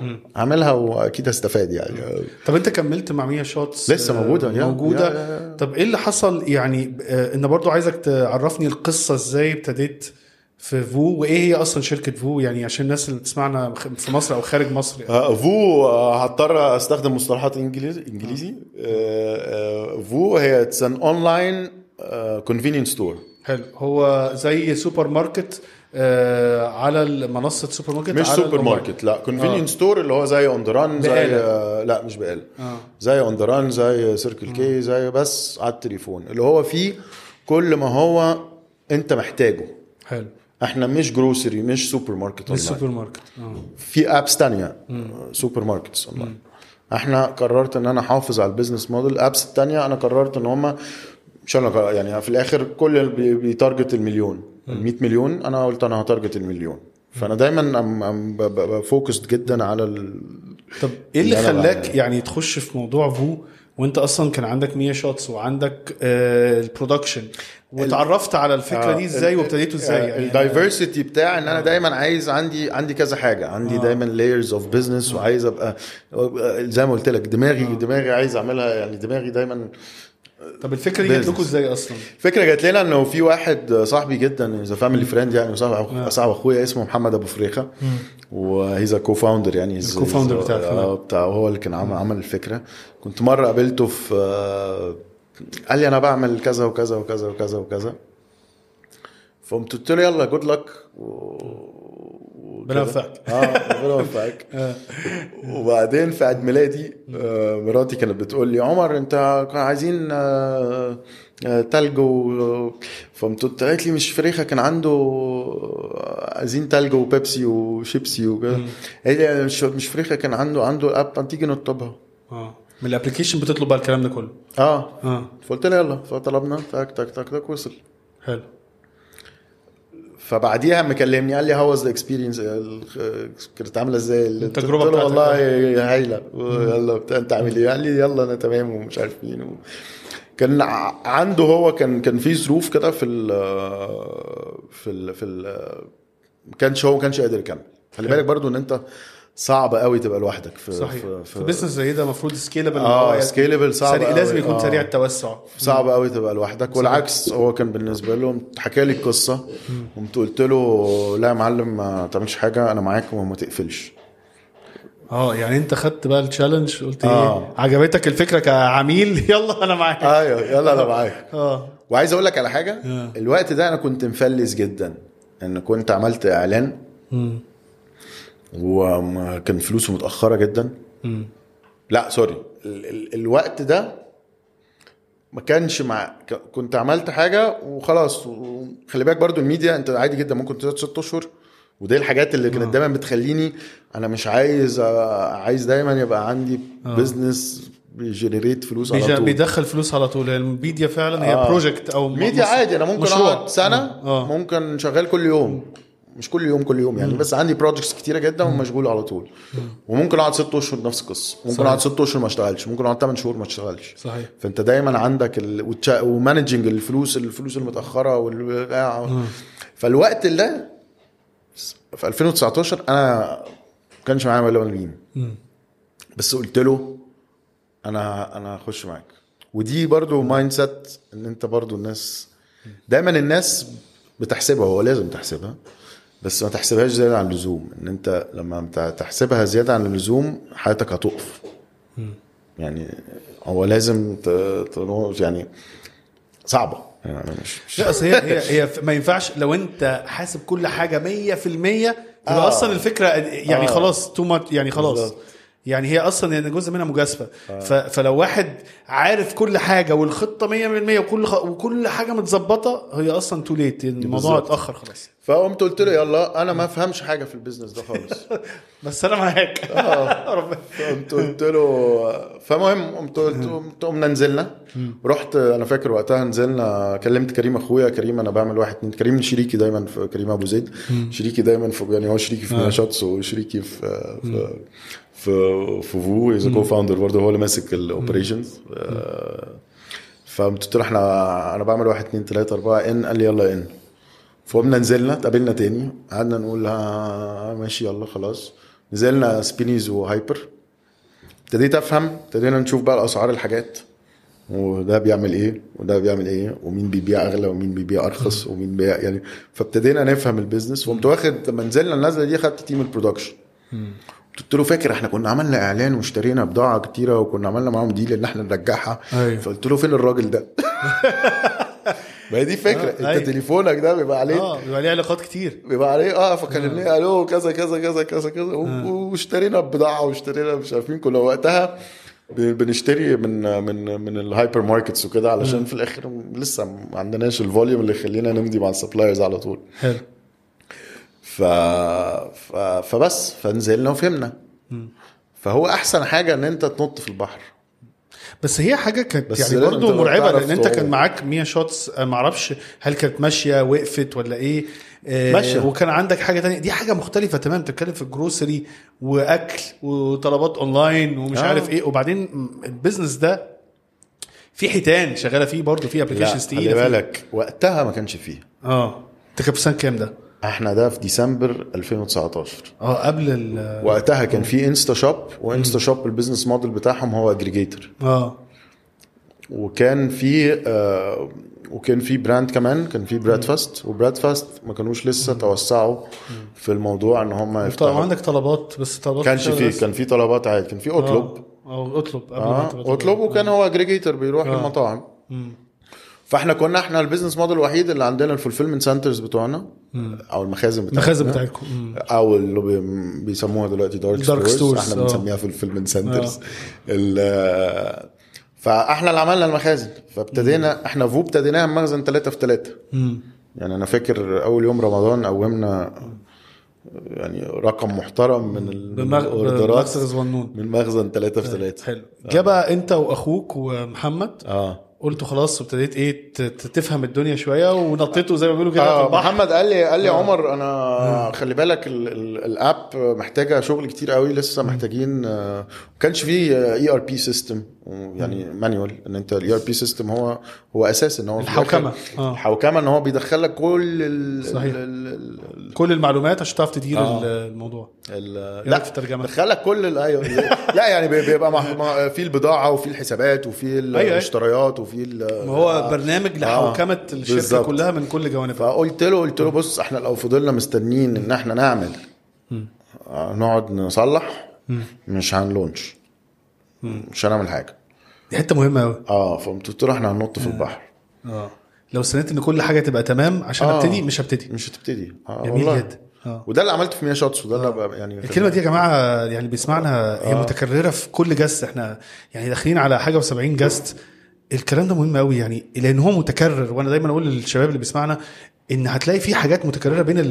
عاملها واكيد هستفاد يعني. طب انت كملت مع مية شوتس؟ لسه موجوده موجوده يا يا يا. طب ايه اللي حصل يعني؟ ان برضو عايزك تعرفني القصه ازاي ابتديت في فو، وايه هي اصلا شركه فو يعني عشان الناس اللي بتسمعنا في مصر او خارج مصر يعني. آه فو آه هضطر استخدم مصطلحات انجليزي انجليزي آه آه فو هي اتس ان اونلاين كونفينينس ستور. حلو. هو زي سوبر ماركت آه على منصه سوبر ماركت؟ مش سوبر ماركت، لا كونفينينس ستور آه. اللي هو زي اوندران، زي آه لا مش بقال آه. زي اوندران، زي سيركل آه. كي، زي بس على التليفون، اللي هو فيه كل ما هو انت محتاجه. حلو. احنا مش جروسري، مش سوبر ماركت، مش سوبر ماركت آه. في ابس تانية مم. سوبر ماركتس اونلاين. احنا قررت ان انا احافظ على البيزنس موديل. الابس التانية انا قررت ان هم مش انا يعني في الاخر كل بيتارجت المليون المية مليون، انا قلت انا هتارجت المليون. فانا دايما بفوكس جدا على ال... طب ايه اللي خلاك يعني تخش في موضوع فو وانت اصلا كان عندك مية شوتس وعندك آه البرودكشن، وتعرفت على الفكره دي ازاي وابتديته ازاي؟ يعني الدايفرسيتي بتاع ان انا دايما عايز عندي عندي كذا حاجه، عندي آه. دايما لايرز اوف بزنس، وعايز ابقى زي ما قلت لك دماغي آه. دماغي عايز اعملها يعني، دماغي دايما. طب الفكره دي جت لكم ازاي اصلا؟ الفكره جت لنا انه في واحد صاحبي جدا زي فاميلي فريند يعني، صاحب صاحب اخويا اسمه محمد ابو فريخه، وهيز كو فاوندر يعني الكو فاوندر بتاعه بتاع هو اللي كان عمل عمل الفكره. كنت مره قابلته في قال لي انا بعمل كذا وكذا وكذا وكذا وكذا، فقمت قلت له يلا جود لك بنوفقك. اه بنوفقك. وبعدين في عيد ميلادي مراتي كانت بتقول لي عمر انت كنا عايزين تلج، فقمت قالت لي مش فريخه كان عنده عايزين تلج وبيبسي وشيبسي وكده، قالت لي مش مش فريخه كان عنده عنده اب تيجي نطلبها. اه من الابلكيشن بتطلب بقى الكلام ده كله؟ اه اه فقلت له يلا، فطلبنا تك تك تك تك وصل. حلو. فبعديها مكلمني قال لي هاو واز ذا اكسبيرينس، كانت عامله ازاي التجربه بتاعتك؟ والله هايله. يلا انت عامل ايه؟ قال لي يلا انا تمام ومش عارف مين و... كان عنده هو كان كان في ظروف كده في ال في ال في ال ما كانش هو ما كانش قادر يكمل. خلي بالك برضو ان انت صعب قوي تبقى لوحدك في صحيح. في, في بزنس زي ده المفروض سكيلبل. اه سكيلبل صعب سريع، لازم يكون آه. سريع التوسع، صعب قوي تبقى لوحدك. والعكس هو كان بالنسبه له حكى لي القصه قمت قلت له لا يا معلم ما تعملش حاجه، انا معاك وما تقفلش. اه يعني انت خدت بقى التشالنج، قلت آه. ايه عجبتك الفكره كعميل؟ يلا انا معاك. ايوه يلا انا معاك. اه وعايز اقول لك على حاجه آه. الوقت ده انا كنت مفلس جدا، ان كنت عملت اعلان امم وكان فلوسه متأخرة جدا. م. لا سوري ال- ال- الوقت ده ما كانش مع كنت عملت حاجة وخلاص. خلي بالك برضو الميديا انت عادي جدا ممكن تقعد ست اشهر، ودي الحاجات اللي كانت دايما بتخليني انا مش عايز عايز دايما يبقى عندي آه. بيزنس بيجنريت فلوس على طول، بيدخل فلوس على طول. الميديا فعلا هي آه. بروجكت او ميديا عادي، انا ممكن اقعد سنة آه. ممكن شغال كل يوم، مش كل يوم كل يوم يعني، بس عندي بروجكتس كتيره جدا ومشغول على طول. وممكن اقعد ست اشهر نفس القصه، ممكن اقعد ست اشهر ما اشتغلش، ممكن اقعد ثمان شهور ما اشتغلش. صحيح. فانت دايما عندك ال... ومانجنج الفلوس الفلوس المتاخره وال... فالوقت اللي في ألفين وتسعتاشر انا ما كانش معايا ولا مليم، بس قلت له انا انا هخش معاك. ودي برضو مايند سيت ان انت برضو الناس دايما الناس بتحسبها، هو لازم تحسبها بس ما تحسبهاش زيادة عن اللزوم. ان انت لما تحسبها زيادة عن اللزوم حياتك هتقف. يعني هو لازم ت... يعني صعبة يعني مش لا هي هي هي ما ينفعش لو انت حاسب كل حاجة مية في المية تبقى آه. اصلا الفكرة يعني آه. خلاص تو مات يعني خلاص بالضبط. يعني هي اصلا يعني جزء منها مجازفه. آه. فلو واحد عارف كل حاجه والخطه مية بالمية وكل خ... وكل حاجه متظبطه هي اصلا تو ليت، الموضوع اتاخر خلاص. فقمت قلت له يلا انا ما افهمش حاجه في البيزنس ده خالص بس انا معاك. اه قمت قلت له فمهم قمت قلت قمنا نزلنا رحت انا فاكر وقتها نزلنا كلمت كريم اخويا. كريم انا بعمل واحد اتنين، كريم شريكي دايما في كريم ابو زيد، شريكي دايما في يعني هو شريكي في مية شوتس وشريكي في في في فوفو از كو فاوندر برضه، هو اللي ماسك الاوبريشنز. فقمت له احنا انا بعمل واحد اتنين تلاته اربعه ان، قال لي يلا ان. فقمنا نزلنا تقابلنا تاني قعدنا نقول ها ماشي يلا خلاص. نزلنا سبينيز وهايبر، ابتديت افهم، ابتدينا نشوف بقى الاسعار الحاجات وده بيعمل ايه وده بيعمل ايه ومين بيبيع اغلى ومين بيبيع ارخص ومين بيبيع يعني. فابتدينا نفهم البيزنس. وقمت واخد لما نزلنا النزله دي خدت تيم البرودكشن، قلت له فاكر احنا كنا عملنا اعلان واشترينا بضاعه كتيره وكنا عملنا معاهم ديل ان احنا نرجعها. أيوه. فقلت له فين الراجل ده؟ ما هي دي فكره. آه. انت أيوه. تليفونك ده بيبقى عليه اه بيبقى عليه علاقات كتير، بيبقى عليه اه فكلمني الو كذا كذا كذا كذا كذا واشترينا بضاعه واشترينا مش عارفين. كنا وقتها بنشتري من من من الهايبر ماركتس وكده علشان م. في الاخر لسه ما عندناش الفوليوم اللي يخلينا نمضي مع السبلايرز على طول. حلو. ف... ف فبس فنزلنا وفهمنا. م. فهو احسن حاجه ان انت تنط في البحر. بس هي حاجه كانت يعني برضه مرعبه لان انت كان معاك مية شوتس، ما اعرفش هل كانت ماشيه وقفت ولا ايه ماشيه، وكان عندك حاجه تانية. دي حاجه مختلفه تمام، تتكلم في الجروسري واكل وطلبات اونلاين ومش آه. عارف ايه. وبعدين البيزنس ده في حيتان شغاله فيه برضه، في ابلكيشنز تقيله. خلي بالك وقتها ما كانش فيه. اه انت كان في سنه كام ده؟ احنا ده في ديسمبر ألفين وتسعتاشر. اه قبل ال وقتها كان في انستا شوب، وانستا شوب البيزنس موديل بتاعهم هو اجريجيتور. اه وكان في آه وكان في براند كمان، كان في برادفاست، وبرادفاست ما كانوش لسه توسعوا في الموضوع ان هم يفتحوا. عندك طلبات بس طلبات كانش في، كان في طلبات عادي، كان في اطلب او اطلب قبل آه. اطلب وكان هو اجريجيتور بيروح آه. المطاعم. مم. فاحنا كنا احنا البيزنس موديل الوحيد اللي عندنا الفولفيلمنت سنترز بتوعنا مم. او المخازن بتاعتنا، المخازن بتاعتكم او اللي بيسموها دلوقتي دارك, دارك ستورز، احنا بنسميها فولفيلمنت سنترز. فاحنا اللي عملنا المخازن. فابتدينا مم. احنا فو ابتديناها مخزن ثلاثة في ثلاثة. يعني انا فاكر اول يوم رمضان قومنا يعني رقم محترم من الاوردرات من مخزن ثلاثة في ثلاثة. حلو. جاب انت واخوك ومحمد اه قلتوا خلاص وابتديت ايه تفهم الدنيا شويه ونطيته زي ما بيقولوا كده آه في البحر. محمد قال لي قال لي آه. عمر انا آه. خلي بالك الاب محتاجه شغل كتير قوي لسه محتاجين. آه كانش فيه اي ار بي سيستم يعني مانيوال، ان انت الاي ار بي سيستم هو هو اساس ان هو الحوكمه آه. الحوكمه ان هو بيدخل لك كل ال ال ال كل المعلومات عشان تعرف تدير آه. الموضوع. لا في الترجمه دخلك كل ايوه لا يعني بيبقى في البضاعه وفي الحسابات وفي المشتريات وفي ما هو آه. برنامج لحوكمه آه. الشركه بالزبط. كلها من كل جوانبها. فقلت له قلت له بص احنا لو فضلنا مستنين ان احنا نعمل آه نقعد نصلح مش هنلونش، مش هنعمل حاجه. دي حته مهمه قوي. اه فقلت له احنا هننط في البحر. اه لو استنيت ان كل حاجه تبقى تمام عشان آه. ابتدي مش هبتدي مش هتبتدي. اه جميل جدا. آه. وده اللي عملته في مية شوتس، وده اللي يعني الكلمه دي يا جماعه يعني بيسمعنا هي آه. متكرره في كل جست. احنا يعني داخلين على حاجه وسبعين جست. الكلام ده مهم قوي يعني لان هو متكرر. وانا دايما اقول للشباب اللي بيسمعنا ان هتلاقي في حاجات متكرره بين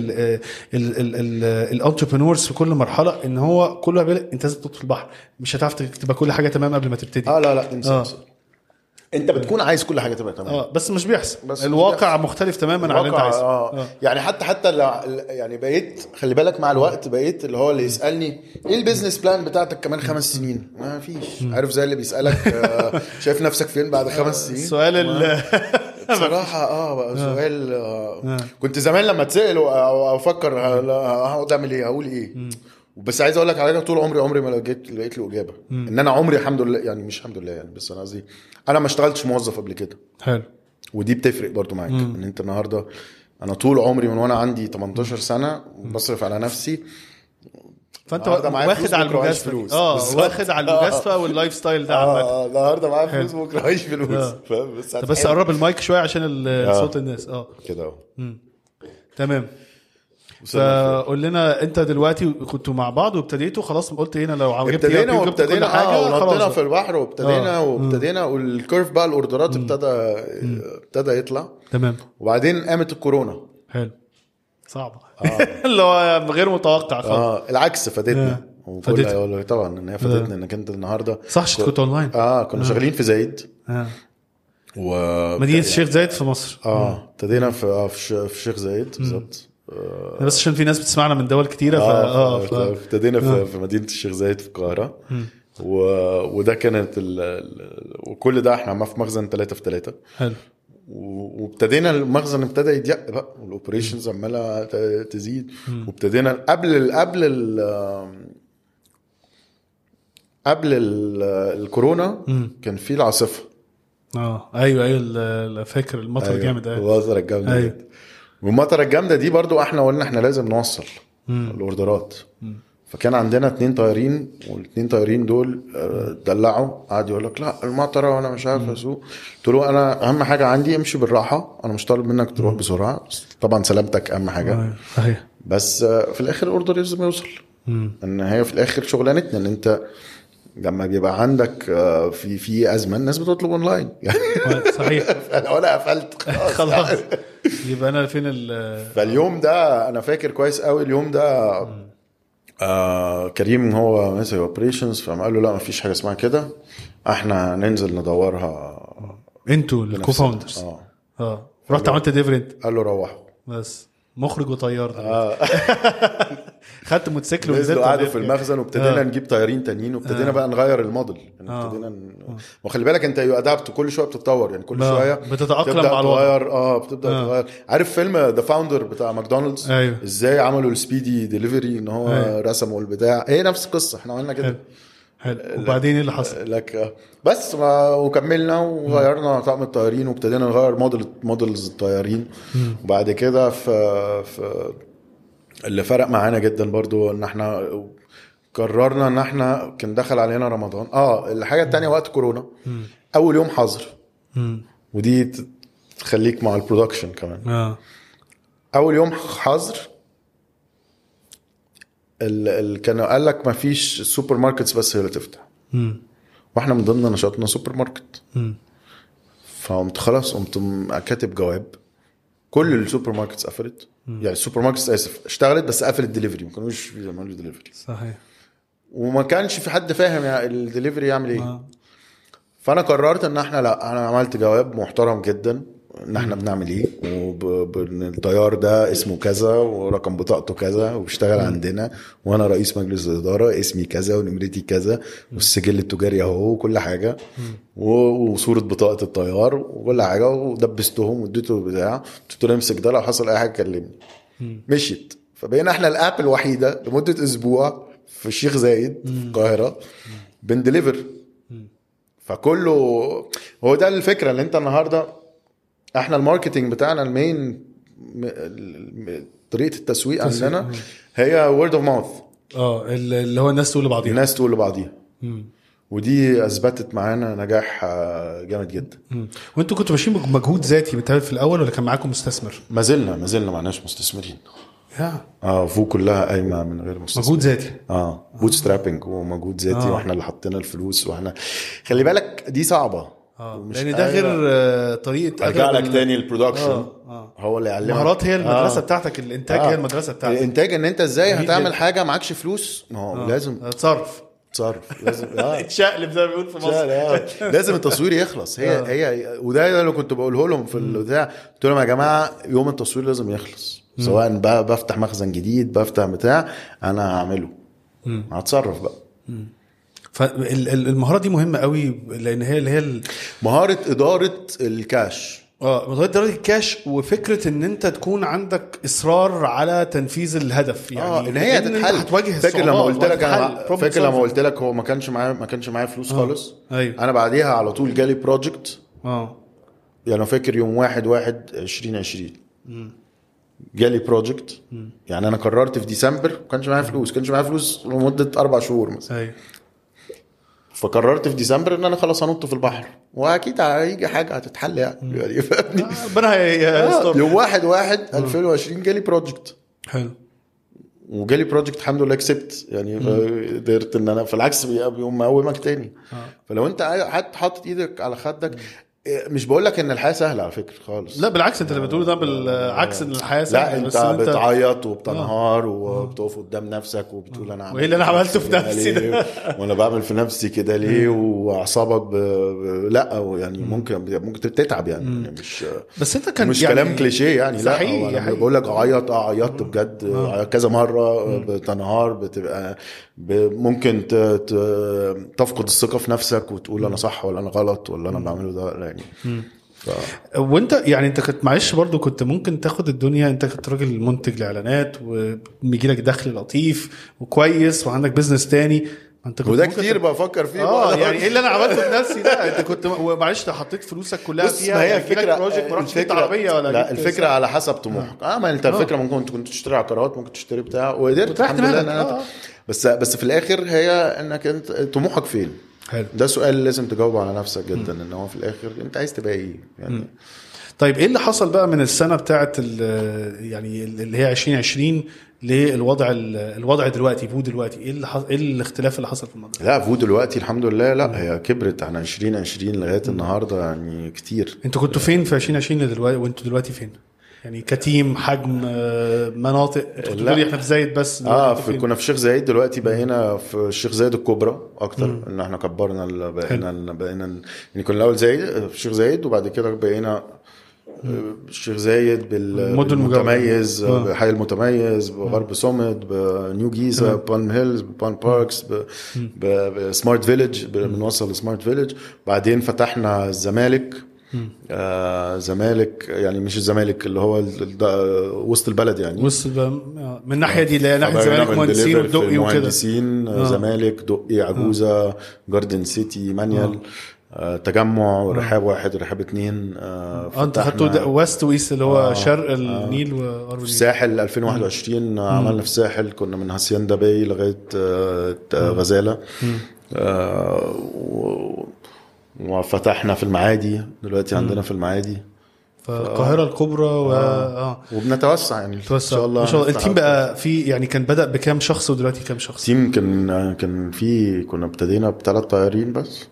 الانتربرينورز في كل مرحله، ان هو كله بيقول انت لازم تطفي البحر، مش هتعرف تبقى كل حاجه تمام قبل ما تبتدي. اه لا لا انسى آه. انت بتكون عايز كل حاجه تبقى تمام اه بس مش بيحصل. بس الواقع مش مختلف تماما عن اللي انت عايزه. آه. آه. يعني حتى حتى يعني بقيت خلي بالك مع الوقت بقيت اللي هو اللي يسالني ايه البيزنس بلان بتاعتك كمان خمس سنين، ما فيش. عارف زي اللي بيسالك آه شايف نفسك فين بعد خمس سنين. سؤال بصراحه اه بقى سؤال آه. كنت زمان لما اتسال او افكر هقعد اعمل ايه هقول ايه. بس عايز اقول لك على حاجه، طول عمري عمري ما لقيت لقيت له اجابه. مم. ان انا عمري الحمد لله يعني مش الحمد لله يعني بس انا قصدي انا ما اشتغلتش موظف قبل كده. حلو. ودي بتفرق برضو معاك. مم. ان انت النهارده انا طول عمري من وانا عندي تمنتاشر سنه بصرف على نفسي، فانت واخد على المجازفه اه واخد على المجازفه واللايف ستايل ده عامه. اه النهارده معايا فلوس بكره عايش فلوس. فاهم بس بس قرب المايك شويه عشان صوت الناس. اه كده اهو تمام. فقول لنا انت دلوقتي كنتوا مع بعض وابتديتوا خلاص، قلت هنا لو عجبت ابتدينا وابتدينا حاجه ونطينا في البحر وابتدينا آه. وابتدينا والكيرف بقى الاوردرات ابتدى ابتدى يطلع. تمام. وبعدين قامت الكورونا. حلو. صعبه اللي هو غير متوقع خالص. اه العكس فادتنا. وكل طبعا ان هي فادتنا انك انت النهارده صح كنت اونلاين. اه كنا آه. شغالين في زايد اه و مدينه الشيخ زايد في مصر. اه ابتدينا في في الشيخ زايد بالظبط. آه بس عشان في ناس بتسمعنا من دول كتيره اه ابتدينا آه في مدينه الشيخ زايد في القاهره. و... وده كانت ال... ال... وكل ده احنا في مخزن ثلاثة في ثلاثة. حلو. وابتدينا المخزن ابتدى يضيق بقى والاوبريشنز عماله تزيد. وابتدينا قبل ال... قبل ال... قبل الكورونا كان في العاصفه. اه ايوه ايوه فاكر المطر الجامد. ايوه المطر الجامده. ايوه والمطر الجامده دي برضو احنا قلنا احنا لازم نوصل مم. الاوردرات. مم. فكان عندنا اتنين طيارين والاتنين طيارين دول دلعوا قعد يقول لك لا المطره وانا مش عارف اسوق. قلت له انا اهم حاجه عندي امشي بالراحه, انا مش طالب منك تروح بسرعه, طبعا سلامتك اهم حاجه. صحيح. بس في الاخر الاوردر لازم يوصل. مم. ان هي في الاخر شغلانتنا ان انت لما بيبقى عندك في في ازمه الناس بتطلب اونلاين يعني. صحيح. انا ولا قفلت خلاص, خلاص. يبقى انا فين ال فاليوم ده انا فاكر كويس قوي اليوم ده. آه كريم هو ماسك اوبريشنز فقام قال له لا ما فيش حاجه اسمها كده, احنا ننزل ندورها انتوا الكوفاوندرز. اه اه رحت عملت ديفرنت. قال له روحوا بس مخرج وطيار. آه. خدت موتوسيكل ونزلت قعدوا في المخزن وابتدينا آه. نجيب طيارين تانيين وابتدينا آه. بقى نغير الموديل يعني. آه. ابتدينا ن... آه. وخلي بالك انت يؤدبت كل شويه بتتطور يعني, كل شويه بتتاقلم مع الوضع. اه بتبدا آه. تغير. عارف فيلم ذا فاوندر بتاع ماكدونالدز؟ أيوه. ازاي عملوا السبيدي ديليفري ان هو أيوه. رسموا البتاع, هي نفس القصه احنا عملنا كده. حلو. وبعدين ايه اللي حصل لك؟ بس ما وكملنا وغيرنا طقم الطيارين وابتدينا نغير موديل موديلز الطيارين. وبعد كده في في اللي فرق معانا جدا برضو ان احنا قررنا ان احنا كان دخل علينا رمضان. اه الحاجه التانية وقت كورونا مم. اول يوم حظر مم. ودي تخليك مع البرودكشن كمان. آه. اول يوم حظر ال ال كانوا قال لك ما فيش سوبر ماركتس بس هي اللي تفتح, مم. واحنا من ضمن نشاطنا سوبر ماركت. فقمت خلاص قمت كاتب جواب كل السوبر ماركتس قفلت. يعني السوبر ماركتس اسف اشتغلت بس قفلت الدليفري, ما كانوش بيعملوا دليفري. صحيح. وما كانش في حد فاهم يعني الدليفري يعمل ايه. آه. فانا قررت ان احنا لا انا عملت جواب محترم جدا ان احنا بنعمل ايه والطيار ده اسمه كذا ورقم بطاقته كذا وبيشتغل عندنا وانا رئيس مجلس الاداره اسمي كذا ونمرتي كذا والسجل التجاري اهو وكل حاجه وصوره بطاقه الطيار وكل حاجه, ودبستهم واديته بتاع قلت له امسك ده لو حصل اي حاجه كلمني. مشيت. فبقينا احنا الاب الوحيده لمده اسبوع في الشيخ زايد في القاهره بندليفر. فكله هو ده الفكره اللي انت النهارده احنا الماركتينج بتاعنا المين طريقه التسويق عندنا هي word of mouth. اه اللي هو الناس تقول لبعضيها الناس تقول لبعضيها ودي اثبتت معانا نجاح جامد جدا. مم. وانتوا كنتوا ماشيين بمجهود ذاتي بتعمل في الاول ولا كان معاكم مستثمر؟ ما زلنا ما زلنا معناش مستثمرين. يا اه فو كلها قايمه من غير مستثمر. مجهود ذاتي. اه بوت سترابنج ومجهود ذاتي. آه. واحنا اللي حطينا الفلوس واحنا خلي بالك دي صعبه. اه لان ده غير طريقه ارجع لك تاني البرودكشن. آه. آه. هو اللي يعلمك مهارات هي المدرسه آه. بتاعتك. الانتاج آه. هي المدرسه بتاعتك. الانتاج ان انت ازاي هتعمل حاجه معكش فلوس. آه. لازم تصرف تصرف لازم اه اتشقلب زي ما بيقول في مصر. آه. لازم التصوير يخلص. هي آه. هي وده اللي كنت بقوله لهم في البتاع. قلت لهم يا جماعه يوم التصوير لازم يخلص. مم. سواء بفتح مخزن جديد بفتح بتاع انا هعمله. هتصرف بقى. مم. فالمهارات دي مهمه قوي لان هي اللي هي مهاره اداره الكاش. اه مهاره اداره الكاش وفكره ان انت تكون عندك اصرار على تنفيذ الهدف. يعني اه ان هي تتحل. فاكر لما قلت لك انا فاكر لما قلت لك هو ما كانش معايا ما كانش معايا فلوس. آه. خالص. أيوه. انا بعديها على طول جالي بروجكت. اه يعني فاكر يوم واحد واحد عشرين عشرين جالي بروجكت. يعني انا قررت في ديسمبر ما كانش معايا فلوس كانش معايا فلوس لمده اربع شهور مثلا. ايوه. فقررت في ديسمبر ان انا خلاص هنط في البحر واكيد هيجي حاجه هتتحل يعني. يعني فاهمني. ربنا هيستر. يوم واحد واحد ألفين وعشرين جالي بروجكت. حلو. وجالي بروجكت الحمد لله كسبت يعني. قدرت ان انا في العكس بيقوم مقومك تاني. آه. فلو انت حاطط ايدك على خدك مش بقول لك ان الحياه سهله على فكره خالص. لا بالعكس انت اللي بتقوله ده بالعكس ان الحياه سهله. لا انت بتعيط وبتنهار وبتقف قدام نفسك وبتقول انا وايه اللي انا عملته في نفسي ده وانا بعمل في نفسي كده ليه واعصابك ب... لا يعني ممكن ممكن تتعب يعني. مش بس انت كان مش يعني كلام كليشيه يعني. لا انا بقول لك عيط اه عيطت بجد آه. كذا مره. بتنهار بتبقى ممكن تفقد الثقه في نفسك وتقول انا صح ولا انا غلط ولا انا بعمله ده يعني. ف... وانت يعني انت كنت معلش برضو كنت ممكن تاخد الدنيا. انت كنت راجل منتج لاعلانات وبيجي لك دخل لطيف وكويس وعندك بيزنس تاني وده كتير بفكر فيه اه يعني ايه اللي انا عملته بنفسي ده؟ انت كنت معلش حطيت فلوسك كلها فيها. هي الفكره بروجكت ما رحتش عربيه ولا لا الفكره على حسب طموحك. اه, آه ما انت الفكره ممكن كنت تشتري عقارات, ممكن تشتري بتاع, وقدرت الحمد لله. أنا آه. بس بس في الاخر هي انك انت طموحك فين. حلو. ده سؤال لازم تجاوبه على نفسك جدا. م. ان هو في الاخر انت عايز تبقى ايه يعني. م. طيب ايه اللي حصل بقى من السنه بتاعه يعني اللي هي عشرين عشرين للوضع الوضع دلوقتي فو دلوقتي ايه اللي حصل, ايه الاختلاف اللي حصل في الموضوع؟ لا فو دلوقتي الحمد لله لا م. هي كبرت عن عشرين عشرين لغايه م. النهارده يعني كتير. انتوا كنتوا فين في عشرين عشرين دلوقتي وانتوا دلوقتي فين يعني كتيم حجم مناطق؟ انتوا بتقولوا احنا في زايد بس اه في كنا في الشيخ زايد دلوقتي بقينا في الشيخ زايد الكبرى اكتر. م. ان احنا كبرنا بقينا بقينا يعني كنا الاول زايد في الشيخ زايد وبعد كده بقينا الشيخ زايد بالمتميز بحي المتميز بغرب صمد بنيو جيزة بالم هيلز بالم باركس بسمارت فيليج بنوصل لسمارت فيليج. بعدين فتحنا الزمالك آه زمالك يعني مش الزمالك اللي هو وسط البلد يعني وسط من الناحيه دي اللي ناحيه الزمالك مهندسين ودقي وكده مهندسين آه. زمالك دقي عجوزة آه. جاردن سيتي مانيال آه. تجمع ورحاب واحد ورحاب اتنين. آه انت خدتوا وست ويست اللي هو آه شرق النيل آه وغرب النيل. الساحل ألفين وواحد وعشرين آه عملنا في الساحل كنا من هاسيندا باي لغايه آه غزاله آه و... وفتحنا في المعادي دلوقتي عندنا في المعادي فالقاهره الكبرى و... آه. اه وبنتوسع يعني ان شاء الله. ان شاء الله. التيم بقى في يعني كان بدأ بكام شخص ودلوقتي كام شخص؟ التيم كان كان في كنا ابتدينا بثلاث طيارين بس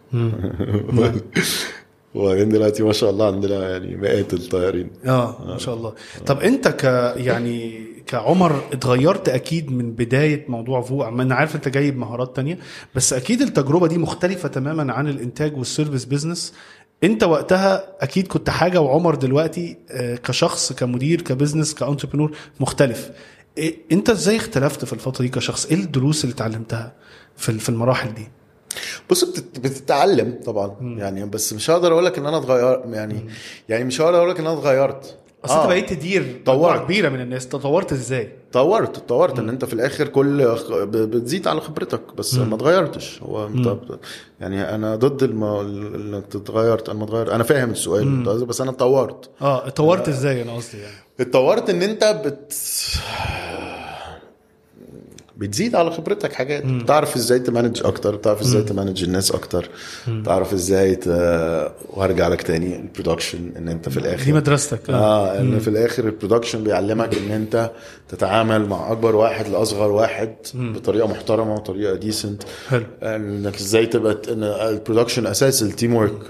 وبعدين دلوقتي ما شاء الله عندنا يعني مئات الطيارين. اه ما شاء الله. طب انت ك يعني كعمر اتغيرت اكيد من بدايه موضوع فو. انا عارف انت جايب مهارات تانية بس اكيد التجربه دي مختلفه تماما عن الانتاج والسيرفيس بيزنس. انت وقتها اكيد كنت حاجه وعمر دلوقتي كشخص كمدير كبزنس كانتربرنور مختلف. انت ازاي اختلفت في الفتره دي كشخص؟ ايه الدروس اللي اتعلمتها في في المراحل دي؟ بص بتتعلم طبعا م. يعني بس مش هقدر اقول لك ان انا اتغير يعني م. يعني مش هقدر اقول لك ان انا اتغيرت. اصل آه. انت بقيت تدير طورت كبيره من الناس. تطورت ازاي؟ طورت طورت ان انت في الاخر كل بتزيد على خبرتك بس م. ما اتغيرتش. هو م. يعني انا ضد الم... انك تتغيرت. انا ما اتغير. انا فاهم السؤال م. بس انا اتطورت. اه اتطورت ازاي؟ انا قصدي يعني اتطورت ان انت بت بتزيد على خبرتك حاجات. م. تعرف ازاي تمانج اكتر, تعرف ازاي م. تمانج الناس اكتر, م. تعرف ازاي ت... وارجع لك تاني البرودكشن. ان انت في الاخر دي مدرستك. اه ان في الاخر البرودكشن بيعلمك ان انت تتعامل مع اكبر واحد لاصغر واحد م. بطريقه محترمه وطريقه ديسنت. حلو. انك ازاي تبقى ان البرودكشن اساس التيم ورك.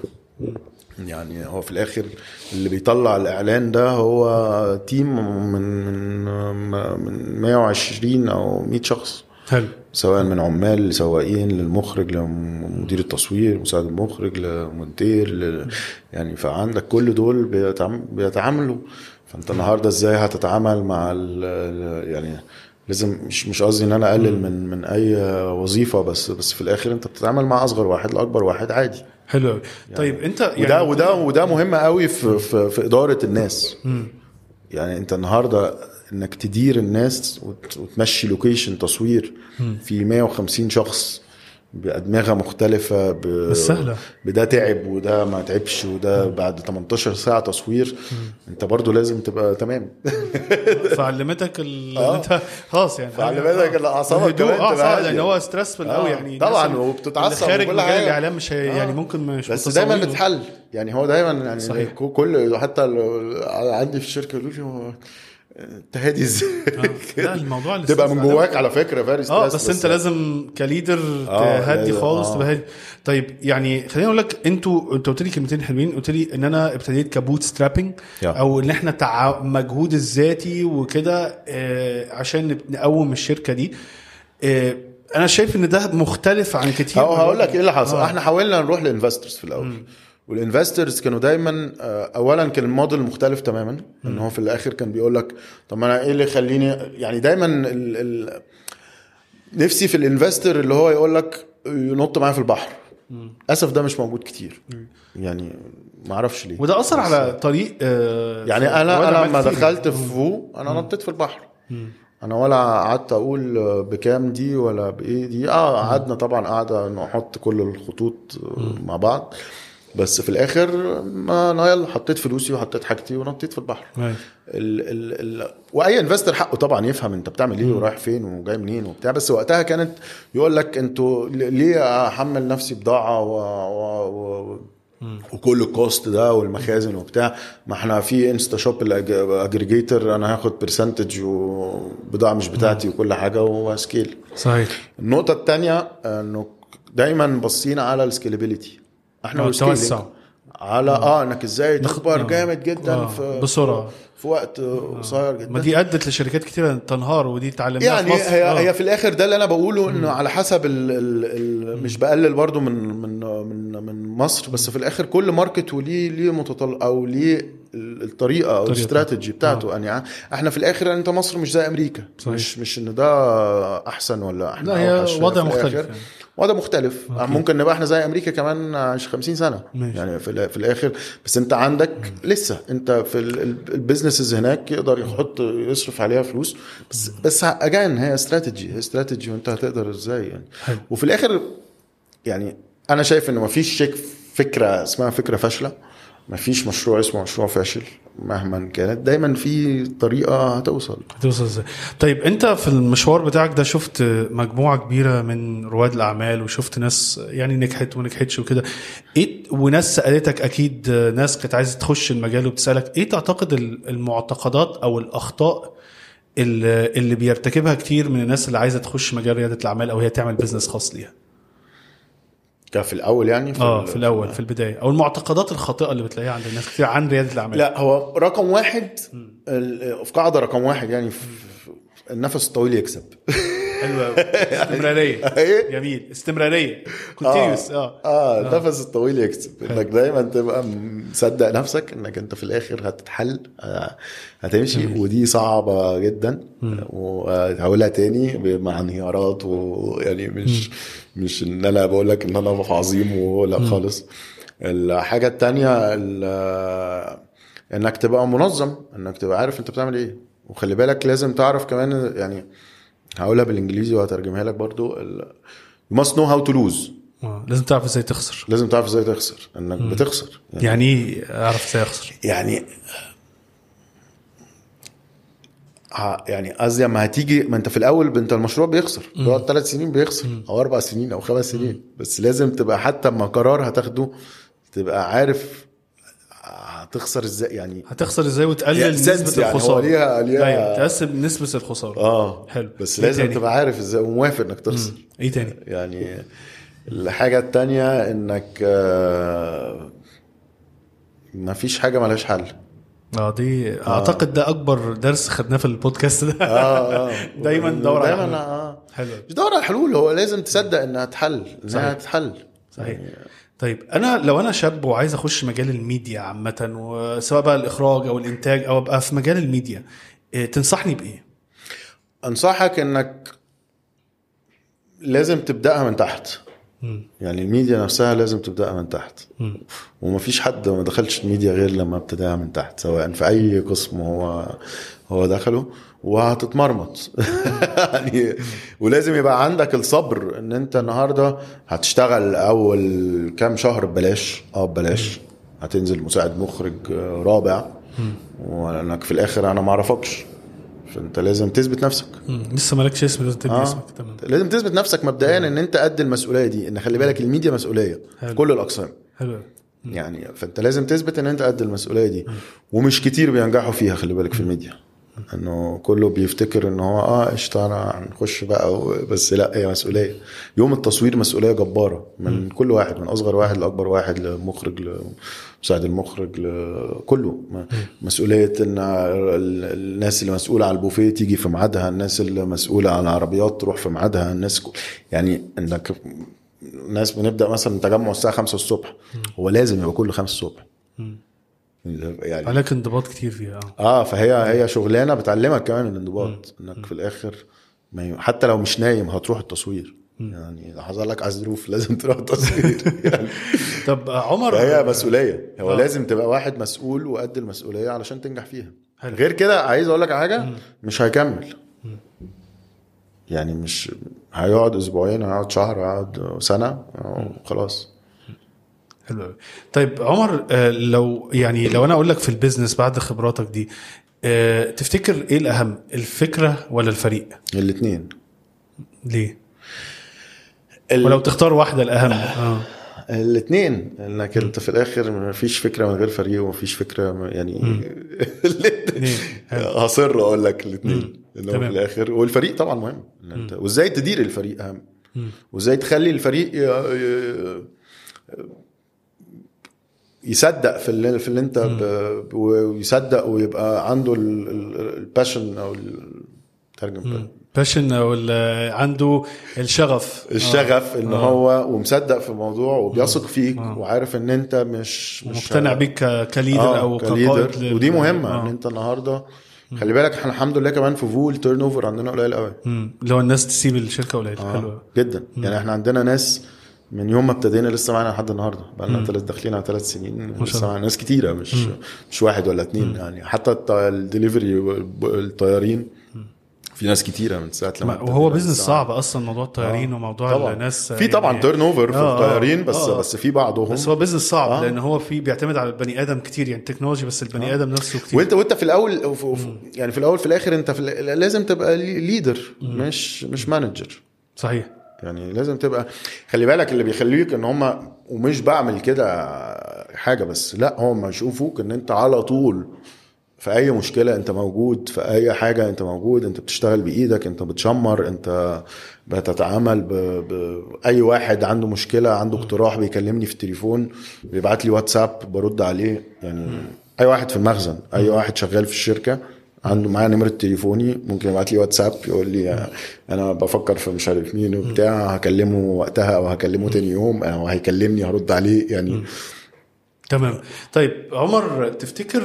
يعني هو في الاخر اللي بيطلع الاعلان ده هو تيم من من من مية وعشرين او مية شخص. حلو. سواء من عمال لسواقين للمخرج لمدير التصوير مساعد المخرج لمونتير ل... يعني فعندك كل دول بيتعامل بيتعاملوا. فانت النهارده ازاي هتتعامل مع ال... يعني لازم مش مش قصدي ان انا اقلل من من اي وظيفه بس بس في الاخر انت بتتعامل مع اصغر واحد لاكبر واحد عادي. حلو يعني. طيب انت يعني وده وده وده مهم قوي في في في اداره الناس. م. يعني انت النهارده انك تدير الناس وتمشي لوكيشن تصوير م. في مية وخمسين شخص بأدمغة مختلفة ب... بس سهلة. بده تعب وده ما تعبش وده م. بعد تمنتاشر ساعة تصوير م. انت برضو لازم تبقى تمام. فعلمتك ال... آه. انت خلاص يعني فعلمتك الاعصاب كمان اه صعب لان هو ستريسفul قوي. يعني طبعا وبتتعصب خارج مجال الاعلام مش هي... يعني ممكن مش بس دايما بتحل. يعني هو دايما يعني صحيح. كل حتى عندي في الشركة يقولوا لي تهدي ازاي لا الموضوع اللي تبقى من جواك على فكره فارس. اه بس, بس انت لازم كليدر آه تهدي خالص. آه. تبهدي. طيب يعني خليني اقول لك انتوا انت قلت لي كلمتين حلوين. قلت لي ان انا ابتديت كبوت سترابينج او ان احنا تع... مجهود الذاتي وكده آه عشان نقوم الشركه دي. آه انا شايف ان ده مختلف عن كتير. اه هقول لك ايه اللي حصل. آه. احنا حاولنا نروح للانفسترز في الاول م. والانفسترز كانوا دايما اولا كان الموديل مختلف تماما. ان هو في الاخر كان بيقول لك طب انا ايه اللي يخليني يعني دايما ال ال نفسي في الانفستر اللي هو يقول لك ينط معايا في البحر. اسف ده مش موجود كتير. يعني ما اعرفش ليه. وده اثر على طريق يعني انا انا لما دخلت في فو انا نطيت في البحر. انا ولا قعدت اقول بكام دي ولا بايه دي. اه قعدنا طبعا قاعده نحط كل الخطوط مع بعض، بس في الاخر ما انا يلا حطيت فلوسي وحطيت حاجتي ونطيت في البحر. ال ال ال واي انفستر حقه طبعا يفهم انت بتعمل ايه ورايح فين وجاي منين وبتاع، بس وقتها كانت يقول لك انتوا ليه احمل نفسي بضاعه و, و, و وكل الكوست ده والمخازن وبتاع، ما احنا في انستا شوب الاجريجيتور انا هاخد برسنتج وبضاعه مش بتاعتي وكل حاجه وسكيل. صحيح. النقطه الثانيه انه دايما بصينا على السكيلابيلتي، احنا والسكيلينج على اه انك ازاي تكبر جامد جدا آه. في بسرعه في وقت قصير جدا. ما دي ادت لشركات كتير تنهار، ودي اتعلمناها يعني في مصر. هي آه. هي في الاخر ده اللي انا بقوله، انه على حسب ال ال ال مش بقلل برضو من من من من مصر، بس في الاخر كل ماركت وليه ليه متطلب او ليه الطريقه او الاستراتيجي بتاعته. آه. يعني احنا في الاخر انت مصر مش زي امريكا. صحيح. مش مش ان ده احسن ولا احنا، لا هي وضع مختلف يعني. وضع مختلف. أوكي. ممكن نبقى احنا زي امريكا كمان عشر خمسين سنه ماشي. يعني في, في الاخر بس انت عندك مم. لسه انت في البيزنسز هناك يقدر يحط يصرف عليها فلوس، بس بس اجان هي استراتيجي هي استراتيجي وانت هتقدر ازاي يعني. حلو. وفي الاخر يعني انا شايف انه مفيش شيء فكره اسمها فكره فاشله، مفيش مشروع اسمه مشروع فاشل مهما كانت، دايما في طريقه هتوصل هتوصل ازاي. طيب انت في المشوار بتاعك ده شفت مجموعه كبيره من رواد الاعمال، وشفت ناس يعني نجحت ونجحتش وكده، ايه وناس سالتك اكيد، ناس كانت عايزه تخش المجال وبتسالك ايه تعتقد المعتقدات او الاخطاء اللي, اللي بيرتكبها كتير من الناس اللي عايزه تخش مجال رياده الاعمال او هي تعمل بيزنس خاص ليها؟ في الاول يعني في, آه في الاول في البدايه، او المعتقدات الخاطئه اللي بتلاقيها عند الناس كتير عن رياده الاعمال. لا هو رقم واحد في قاعده رقم واحد يعني النفس الطويل يكسب. حلوه استمراريه. جميل استمراريه كونتينيوس. اه اه النفس الطويل يكسب. انك دايما تبقى مصدق نفسك انك انت في الاخر هتتحل، آه هتمشي. جميل. ودي صعبه جدا وهقولها تاني مع انهيارات، ويعني مش م. مش ان انا بقول لك ان انا عظيم ولا خالص. الحاجه التانية انك تبقى منظم، انك تبقى عارف انت بتعمل ايه. وخلي بالك لازم تعرف كمان، يعني هقولها بالانجليزي وهترجمها لك برضو، you must know how to lose. آه. لازم تعرف ازاي تخسر. لازم تعرف ازاي تخسر، انك م. بتخسر. يعني ايه اعرف ازاي اخسر؟ يعني يعني قصدي اما هتيجي، ما انت في الاول انت المشروع بيخسر، بيقعد ثلاث سنين بيخسر م. او اربع سنين او خمس سنين م. بس لازم تبقى حتى اما قرار هتاخده تبقى عارف هتخسر ازاي، يعني هتخسر ازاي وتقلل نسبة يعني الخسارة. ليها ليها ايوه تقسم نسبة الخسارة. اه حلو. بس لازم تاني؟ تبقى عارف ازاي وموافق انك تخسر. مم. ايه تاني؟ يعني الحاجة التانية انك آه ما فيش حاجة ملهاش حل. اه دي آه. اعتقد ده اكبر درس خدناه في البودكاست ده. اه, آه. دايما دور على دايما اه حلو. مش دور على الحلول، هو لازم تصدق انها تحل، انها تتحل. صحيح. يعني طيب انا لو انا شاب وعايز اخش مجال الميديا عامه، وسواء بقى الاخراج او الانتاج او ابقى في مجال الميديا، تنصحني بايه؟ انصحك انك لازم تبداها من تحت. م. يعني الميديا نفسها لازم تبداها من تحت. م. ومفيش حد ما دخلش الميديا غير لما ابتداها من تحت، سواء في اي قسم هو هو دخله، وهتتمرمط. يعني ولازم يبقى عندك الصبر ان انت النهارده هتشتغل اول كام شهر ببلاش، اه ببلاش، هتنزل مساعد مخرج رابع، ولانك في الاخر انا ما اعرفكش، فانت لازم تثبت نفسك. لسه مالكش اسم، لازم تبني آه. اسمك. تمام. لازم تثبت نفسك مبدئيا ان انت قد المسؤوليه دي، ان خلي بالك الميديا مسؤوليه في كل الاقسام. حلو. يعني فانت لازم تثبت ان انت قد المسؤوليه دي. ومش كتير بينجحوا فيها، خلي بالك في الميديا، انه كله بيفتكر ان هو اه اشتغل هنخش بقى، بس لا، هي مسؤوليه. يوم التصوير مسؤوليه جباره من م. كل واحد، من اصغر واحد لاكبر واحد، لمخرج لمساعد المخرج لكله. م. مسؤوليه ان الناس اللي مسؤوله على البوفيه تيجي في ميعادها، الناس اللي مسؤوله على العربيات تروح في ميعادها، الناس يعني انك الناس بنبدا مثلا تجمع الساعه خمسة الصبح، هو لازم يبقى كله خمسة الصبح. م. يعني عليك انضباط كتير فيها. اه فهي هي شغلانه بتعلمك كمان الانضباط، انك في الاخر ما حتى لو مش نايم هتروح التصوير. م. يعني لو حصل لك ظروف لازم تروح التصوير. يعني طب عمر، هي مسؤوليه، هو آه. لازم تبقى واحد مسؤول وقد المسؤوليه علشان تنجح فيها. حلو. غير كده عايز اقول لك حاجه، م. مش هيكمل. م. يعني مش هيقعد اسبوعين، هيقعد شهر، هيقعد سنه وخلاص. حلو. طيب عمر، لو يعني لو انا اقول لك في البيزنس بعد خبراتك دي، تفتكر ايه الاهم، الفكره ولا الفريق؟ الاثنين. ليه؟ ال... ولو تختار واحده الاهم؟ اه الاثنين، انك انت في الاخر ما فيش فكره من غير فريق، وما فيش فكره يعني هصر اقول لك الاثنين انه في الاخر. والفريق طبعا مهم، ان انت وازاي تدير الفريق اهم، وازاي تخلي الفريق يصدق في اللي في اللي انت ب... ويصدق ويبقى عنده الباشن او الترجمه باشن او عنده الشغف الشغف آه. ان آه. هو ومصدق في الموضوع وبيثق فيك آه. وعارف ان انت مش مقتنع بيك كليدر آه. او كقائد. ودي مهمه آه. ان انت النهارده خلي بالك احنا الحمد لله كمان في فول تيرن اوفر عندنا قليل قوي، اللي هو الناس تسيب الشركه قليل. آه. حلو جدا. مم. يعني احنا عندنا ناس من يوم ما ابتدينا لسه معانا لحد النهارده، بقى لنا ثلاث داخلين على ثلاث سنين، لسه معانا ناس كتيره، مش مم. مش واحد ولا اتنين. مم. يعني حتى الدليفري الطيارين في ناس كتيره من ساعه لما، وهو بيزنس صعب اصلا موضوع الطيارين. آه. وموضوع طبعًا. الناس في طبعا يعني تيرن اوفر في آه الطيارين، بس آه. بس في بعضهم، بس هو بيزنس صعب آه. لان هو في بيعتمد على البني ادم كتير، يعني تكنولوجي، بس البني آه. ادم نفسه كتير. وانت وانت في الاول يعني في الاول في الاخر انت في لازم تبقى ليدر، مش مش مانجر. صحيح. يعني لازم تبقى، خلي بالك اللي بيخليك ان هم، ومش بعمل كده حاجه بس، لا هم يشوفوك ان انت على طول في اي مشكله انت موجود، في اي حاجه انت موجود، انت بتشتغل بايدك، انت بتشمر، انت بتتعامل باي واحد عنده مشكله، عنده اقتراح بيكلمني في التليفون، بيبعت لي واتساب برد عليه. يعني اي واحد في المخزن، اي واحد شغال في الشركه عنده معايا نمره تليفوني، ممكن يبعت لي واتساب يقول لي انا بفكر في مش عارف مين وبتاع، هكلمه وقتها او هكلمه تاني يوم او هيكلمني هرد عليه يعني. تمام. طيب عمر، تفتكر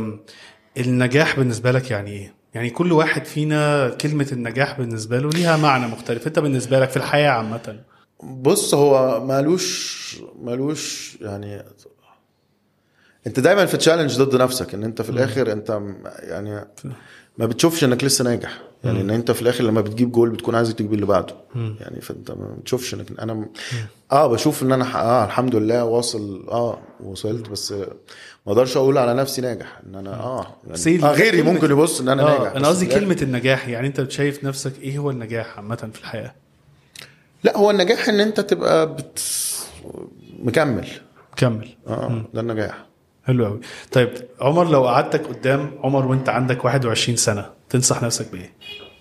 النجاح بالنسبه لك يعني ايه؟ يعني كل واحد فينا كلمه النجاح بالنسبه له ليها معنى مختلف. انت بالنسبه لك في الحياه عامه؟ بص، هو مالوش مالوش يعني انت دايما في تشالنج ضد نفسك، ان انت في الاخر انت يعني ما بتشوفش انك لسه ناجح. يعني مم. ان انت في الاخر لما بتجيب جول بتكون عايز تجيب اللي بعده. مم. يعني فانت ما بتشوفش انك انا م... اه بشوف ان انا اه الحمد لله واصل، اه وصلت، بس ما اقدرش اقول على نفسي ناجح ان انا اه يعني آه غيري ممكن يبص ان انا آه ناجح. انا قصدي كلمه النجاح، يعني انت شايف نفسك ايه هو النجاح عامه في الحياه؟ لا، هو النجاح ان انت تبقى بت... مكمل مكمل اه مم. ده النجاح. حلو قوي. طيب عمر، لو قعدتك قدام عمر وانت عندك واحد وعشرين سنة تنصح نفسك بايه؟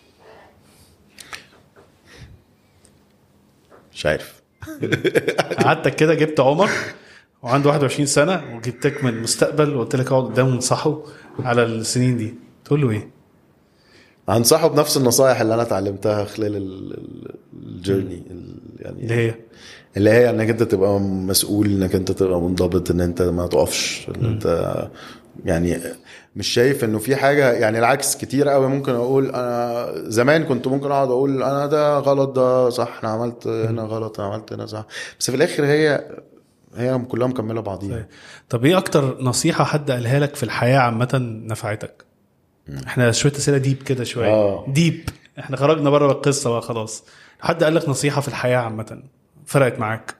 مش عارف. قعدتك كده جبت عمر وعنده واحد وعشرين سنة وجبتك من المستقبل وقلت لك اقعد قدامه ونصحه على السنين دي، تقول له ايه؟ هنصحه بنفس النصائح اللي انا اتعلمتها خلال الجيرني، يعني اللي هي اللي هي انك انت تبقى مسؤول، انك انت تبقى منضبط، ان انت ما تقفش، ان انت يعني مش شايف انه في حاجه. يعني العكس كتير قوي ممكن اقول، انا زمان كنت ممكن اقعد اقول انا ده غلط، ده صح، انا عملت هنا غلط، انا عملت هنا صح، بس في الاخر هي هي كلها مكمله بعضيها. طب ايه اكتر نصيحه حد قالها لك في الحياه عامه نفعتك؟ احنا شويه اسئله ديب كده شويه آه. ديب، احنا خرجنا بره القصه بقى خلاص. حد قال لك نصيحه في الحياه عامه فرقت معاك؟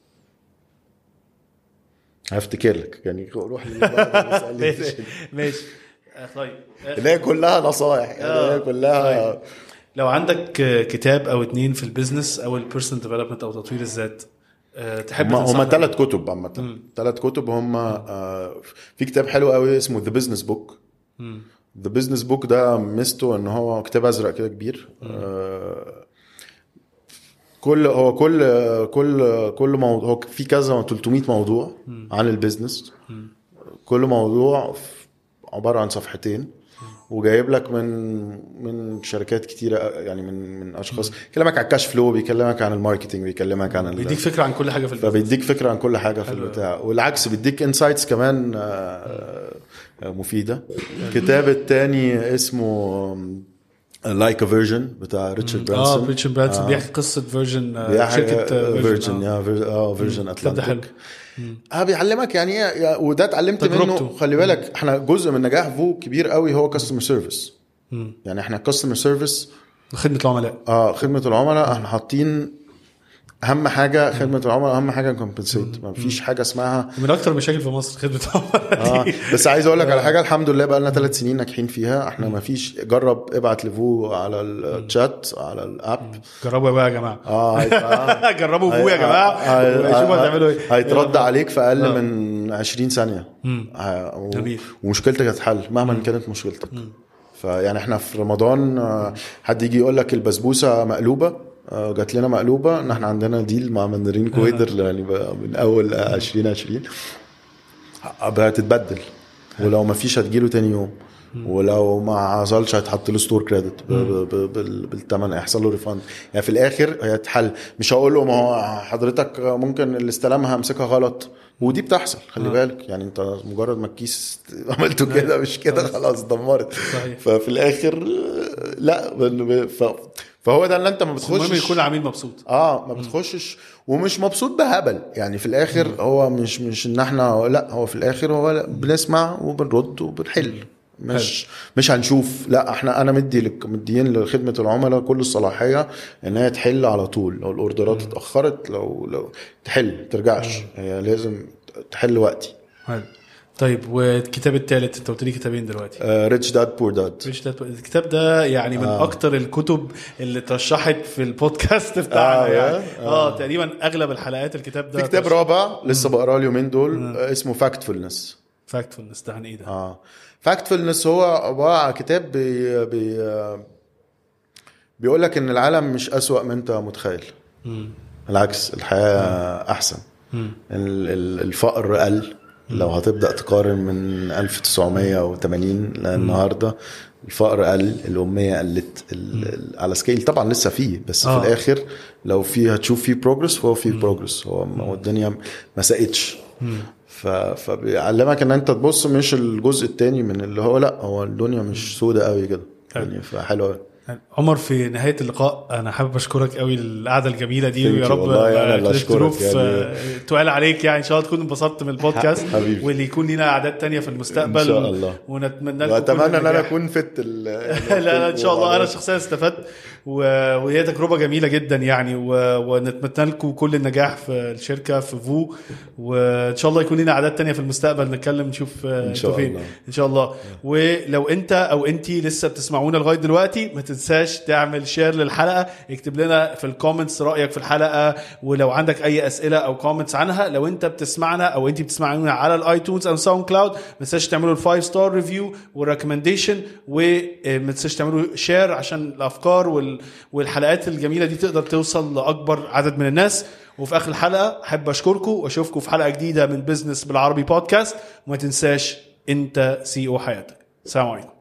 هفتكر لك يعني، روح لي ماشي ماشي. طيب اللي هي كلها نصايح يعني آه. هي كلها. طيب. لو عندك كتاب او اتنين في البيزنس او البيرسونال ديفلوبمنت او تطوير الذات تحب تنصحنا؟ هم ثلاث كتب عامه، ثلاث كتب هم آه في كتاب حلو قوي اسمه ذا بيزنس بوك. ذا بيزنس بوك ده ميزته ان هو كتاب ازرق كده كبير، آه كل هو كل كل كل موضوع، هو في كذا ثلاثمية موضوع عن البيزنس، كل موضوع عباره عن صفحتين، وجايب لك من من شركات كتيره، يعني من من اشخاص، بيكلمك عن الكاش فلو، بيكلمك عن الماركتنج، بيكلمك عن بيديك فكره عن كل حاجه في البيزنس، فبيديك فكره عن كل حاجه في البتاع، والعكس بيديك انسايتس كمان مفيده. الكتاب الثاني اسمه لايك ا فيرجن بتاع ريتشارد برانسون. اه ريتشارد برانسون بيحكي قصه فيرجن، شركه فيرجن اه فيرجن اتلانتيك. اه بيعلمك يعني ايه، وده اتعلمت منه. خلي بالك احنا جزء من نجاح فو كبير قوي هو كاستمر سيرفيس. يعني احنا كاستمر سيرفيس خدمه العملاء. اه خدمه العملاء احنا حاطين اهم حاجه خدمه العملاء، اهم حاجه كومبنسيت. ما فيش حاجه اسمها من اكتر مشاكل في مصر خدمه العملاء دي. آه. بس عايز اقول لك على حاجه، الحمد لله بقى لنا ثلاث سنين ناجحين فيها. احنا ما فيش، جرب ابعت لفو على الشات على الاب، جربوا بقى يا جماعه. اه جربوا فو يا جماعه وشوفوا هتعملوا ايه. هيترد عليك في اقل من عشرين ثانيه ومشكلتك هتتحل مهما كانت مشكلتك. فيعني احنا في رمضان حد يجي يقول لك البسبوسه مقلوبه، جات لنا مقلوبه، ان احنا عندنا ديل مع مندرين كويدر يعني من اول عشرين عشرين هتتبدل، ولو ما فيش هتجيله تاني يوم، ولو ما حصلش هيتحط له ستور كريدت بالثمن، هيحصل له ريفاند. يعني في الاخر هي تحل. مش هقول له ما هو حضرتك ممكن اللي استلمها امسكها غلط، ودي بتحصل خلي آه. بالك. يعني انت مجرد ما الكيس عملته كده مش كده خلاص دمرت. ففي الاخر لا ف... فهو ده اللي انت ما بتخشش. المهم يكون العميل مبسوط. اه ما بتخشش ومش مبسوط بهبل. يعني في الاخر م. هو مش مش ان احنا لا، هو في الاخر هو بنسمع وبنرد وبنحل. مش حل. مش هنشوف لا احنا انا مدي لك مديين لخدمه العملاء كل الصلاحيه ان هي تحل على طول. لو الاوردرات اتاخرت لو لو تحل ترجعش، هي لازم تحل وقتي. حلو. طيب والكتاب الثالث انت قلت لي كتابين دلوقتي. ريتش داد بور داد. ريتش داد. الكتاب ده يعني من آه. اكتر الكتب اللي ترشحت في البودكاست بتاعنا. آه يعني اه, آه تقريبا اغلب الحلقات الكتاب ده. في كتاب رابع لسه بقراه اليومين دول آه. اسمه فاكتفولنس. فاكتفولنس ده عن ايه ده؟ اه فاكتفولنس هو عباره عن كتاب بي بي بيقول لك ان العالم مش اسوأ من انت متخيل. مم. بالعكس الحياه مم. احسن. مم. الفقر قل. لو هتبدأ تقارن من ألف وتسعمية وتمانين للنهاردة الفقر قل، الأمية قلت على سكيل طبعا لسه فيه، بس آه. في الآخر لو فيه هتشوف فيه بروجرس، فهو فيه بروجرس. هو الدنيا ما سقتش. فبيعلمك ان انت تبص مش الجزء التاني من اللي هو لا، هو الدنيا مش سودة قوي كده يعني. فحلوة. عمر في نهاية اللقاء أنا حابب أشكرك قوي القعدة الجميلة دي، ويا رب الظروف يعني تقال عليك يعني إن شاء الله تكون انبسطت من البودكاست واللي يكون لنا أعداد تانية في المستقبل إن شاء الله. ونتمنى لكم وأتمنى أن أنا أكون فت لا لا إن شاء الله. أنا شخصيا استفدت وهي تجربة جميلة جدا يعني، ونتمنى لكم كل النجاح في الشركة في فو، وإن شاء الله يكون لنا أعداد تانية في المستقبل نتكلم نشوف إن شاء فين الله. إن شاء الله. ولو أنت أو أنتي لسه بتسمعونا لغاية دلوقتي ما تنساش تعمل شير للحلقة، اكتب لنا في الكومنتس رأيك في الحلقة، ولو عندك أي أسئلة أو كومنتس عنها. لو أنت بتسمعنا أو أنتي بتسمعونا على الآيتونز أو ساوند كلاود ما تنساش تعملوا الفايف ستار ريفيو والريكومنديشن، وما تنساش تعملوا شير عشان الأفكار والحلقات الجميلة دي تقدر توصل لأكبر عدد من الناس. وفي آخر الحلقة أحب أشكركم وأشوفكم في حلقة جديدة من بيزنس بالعربي بودكاست. وما تنساش أنت سي او حياتك. السلام عليكم.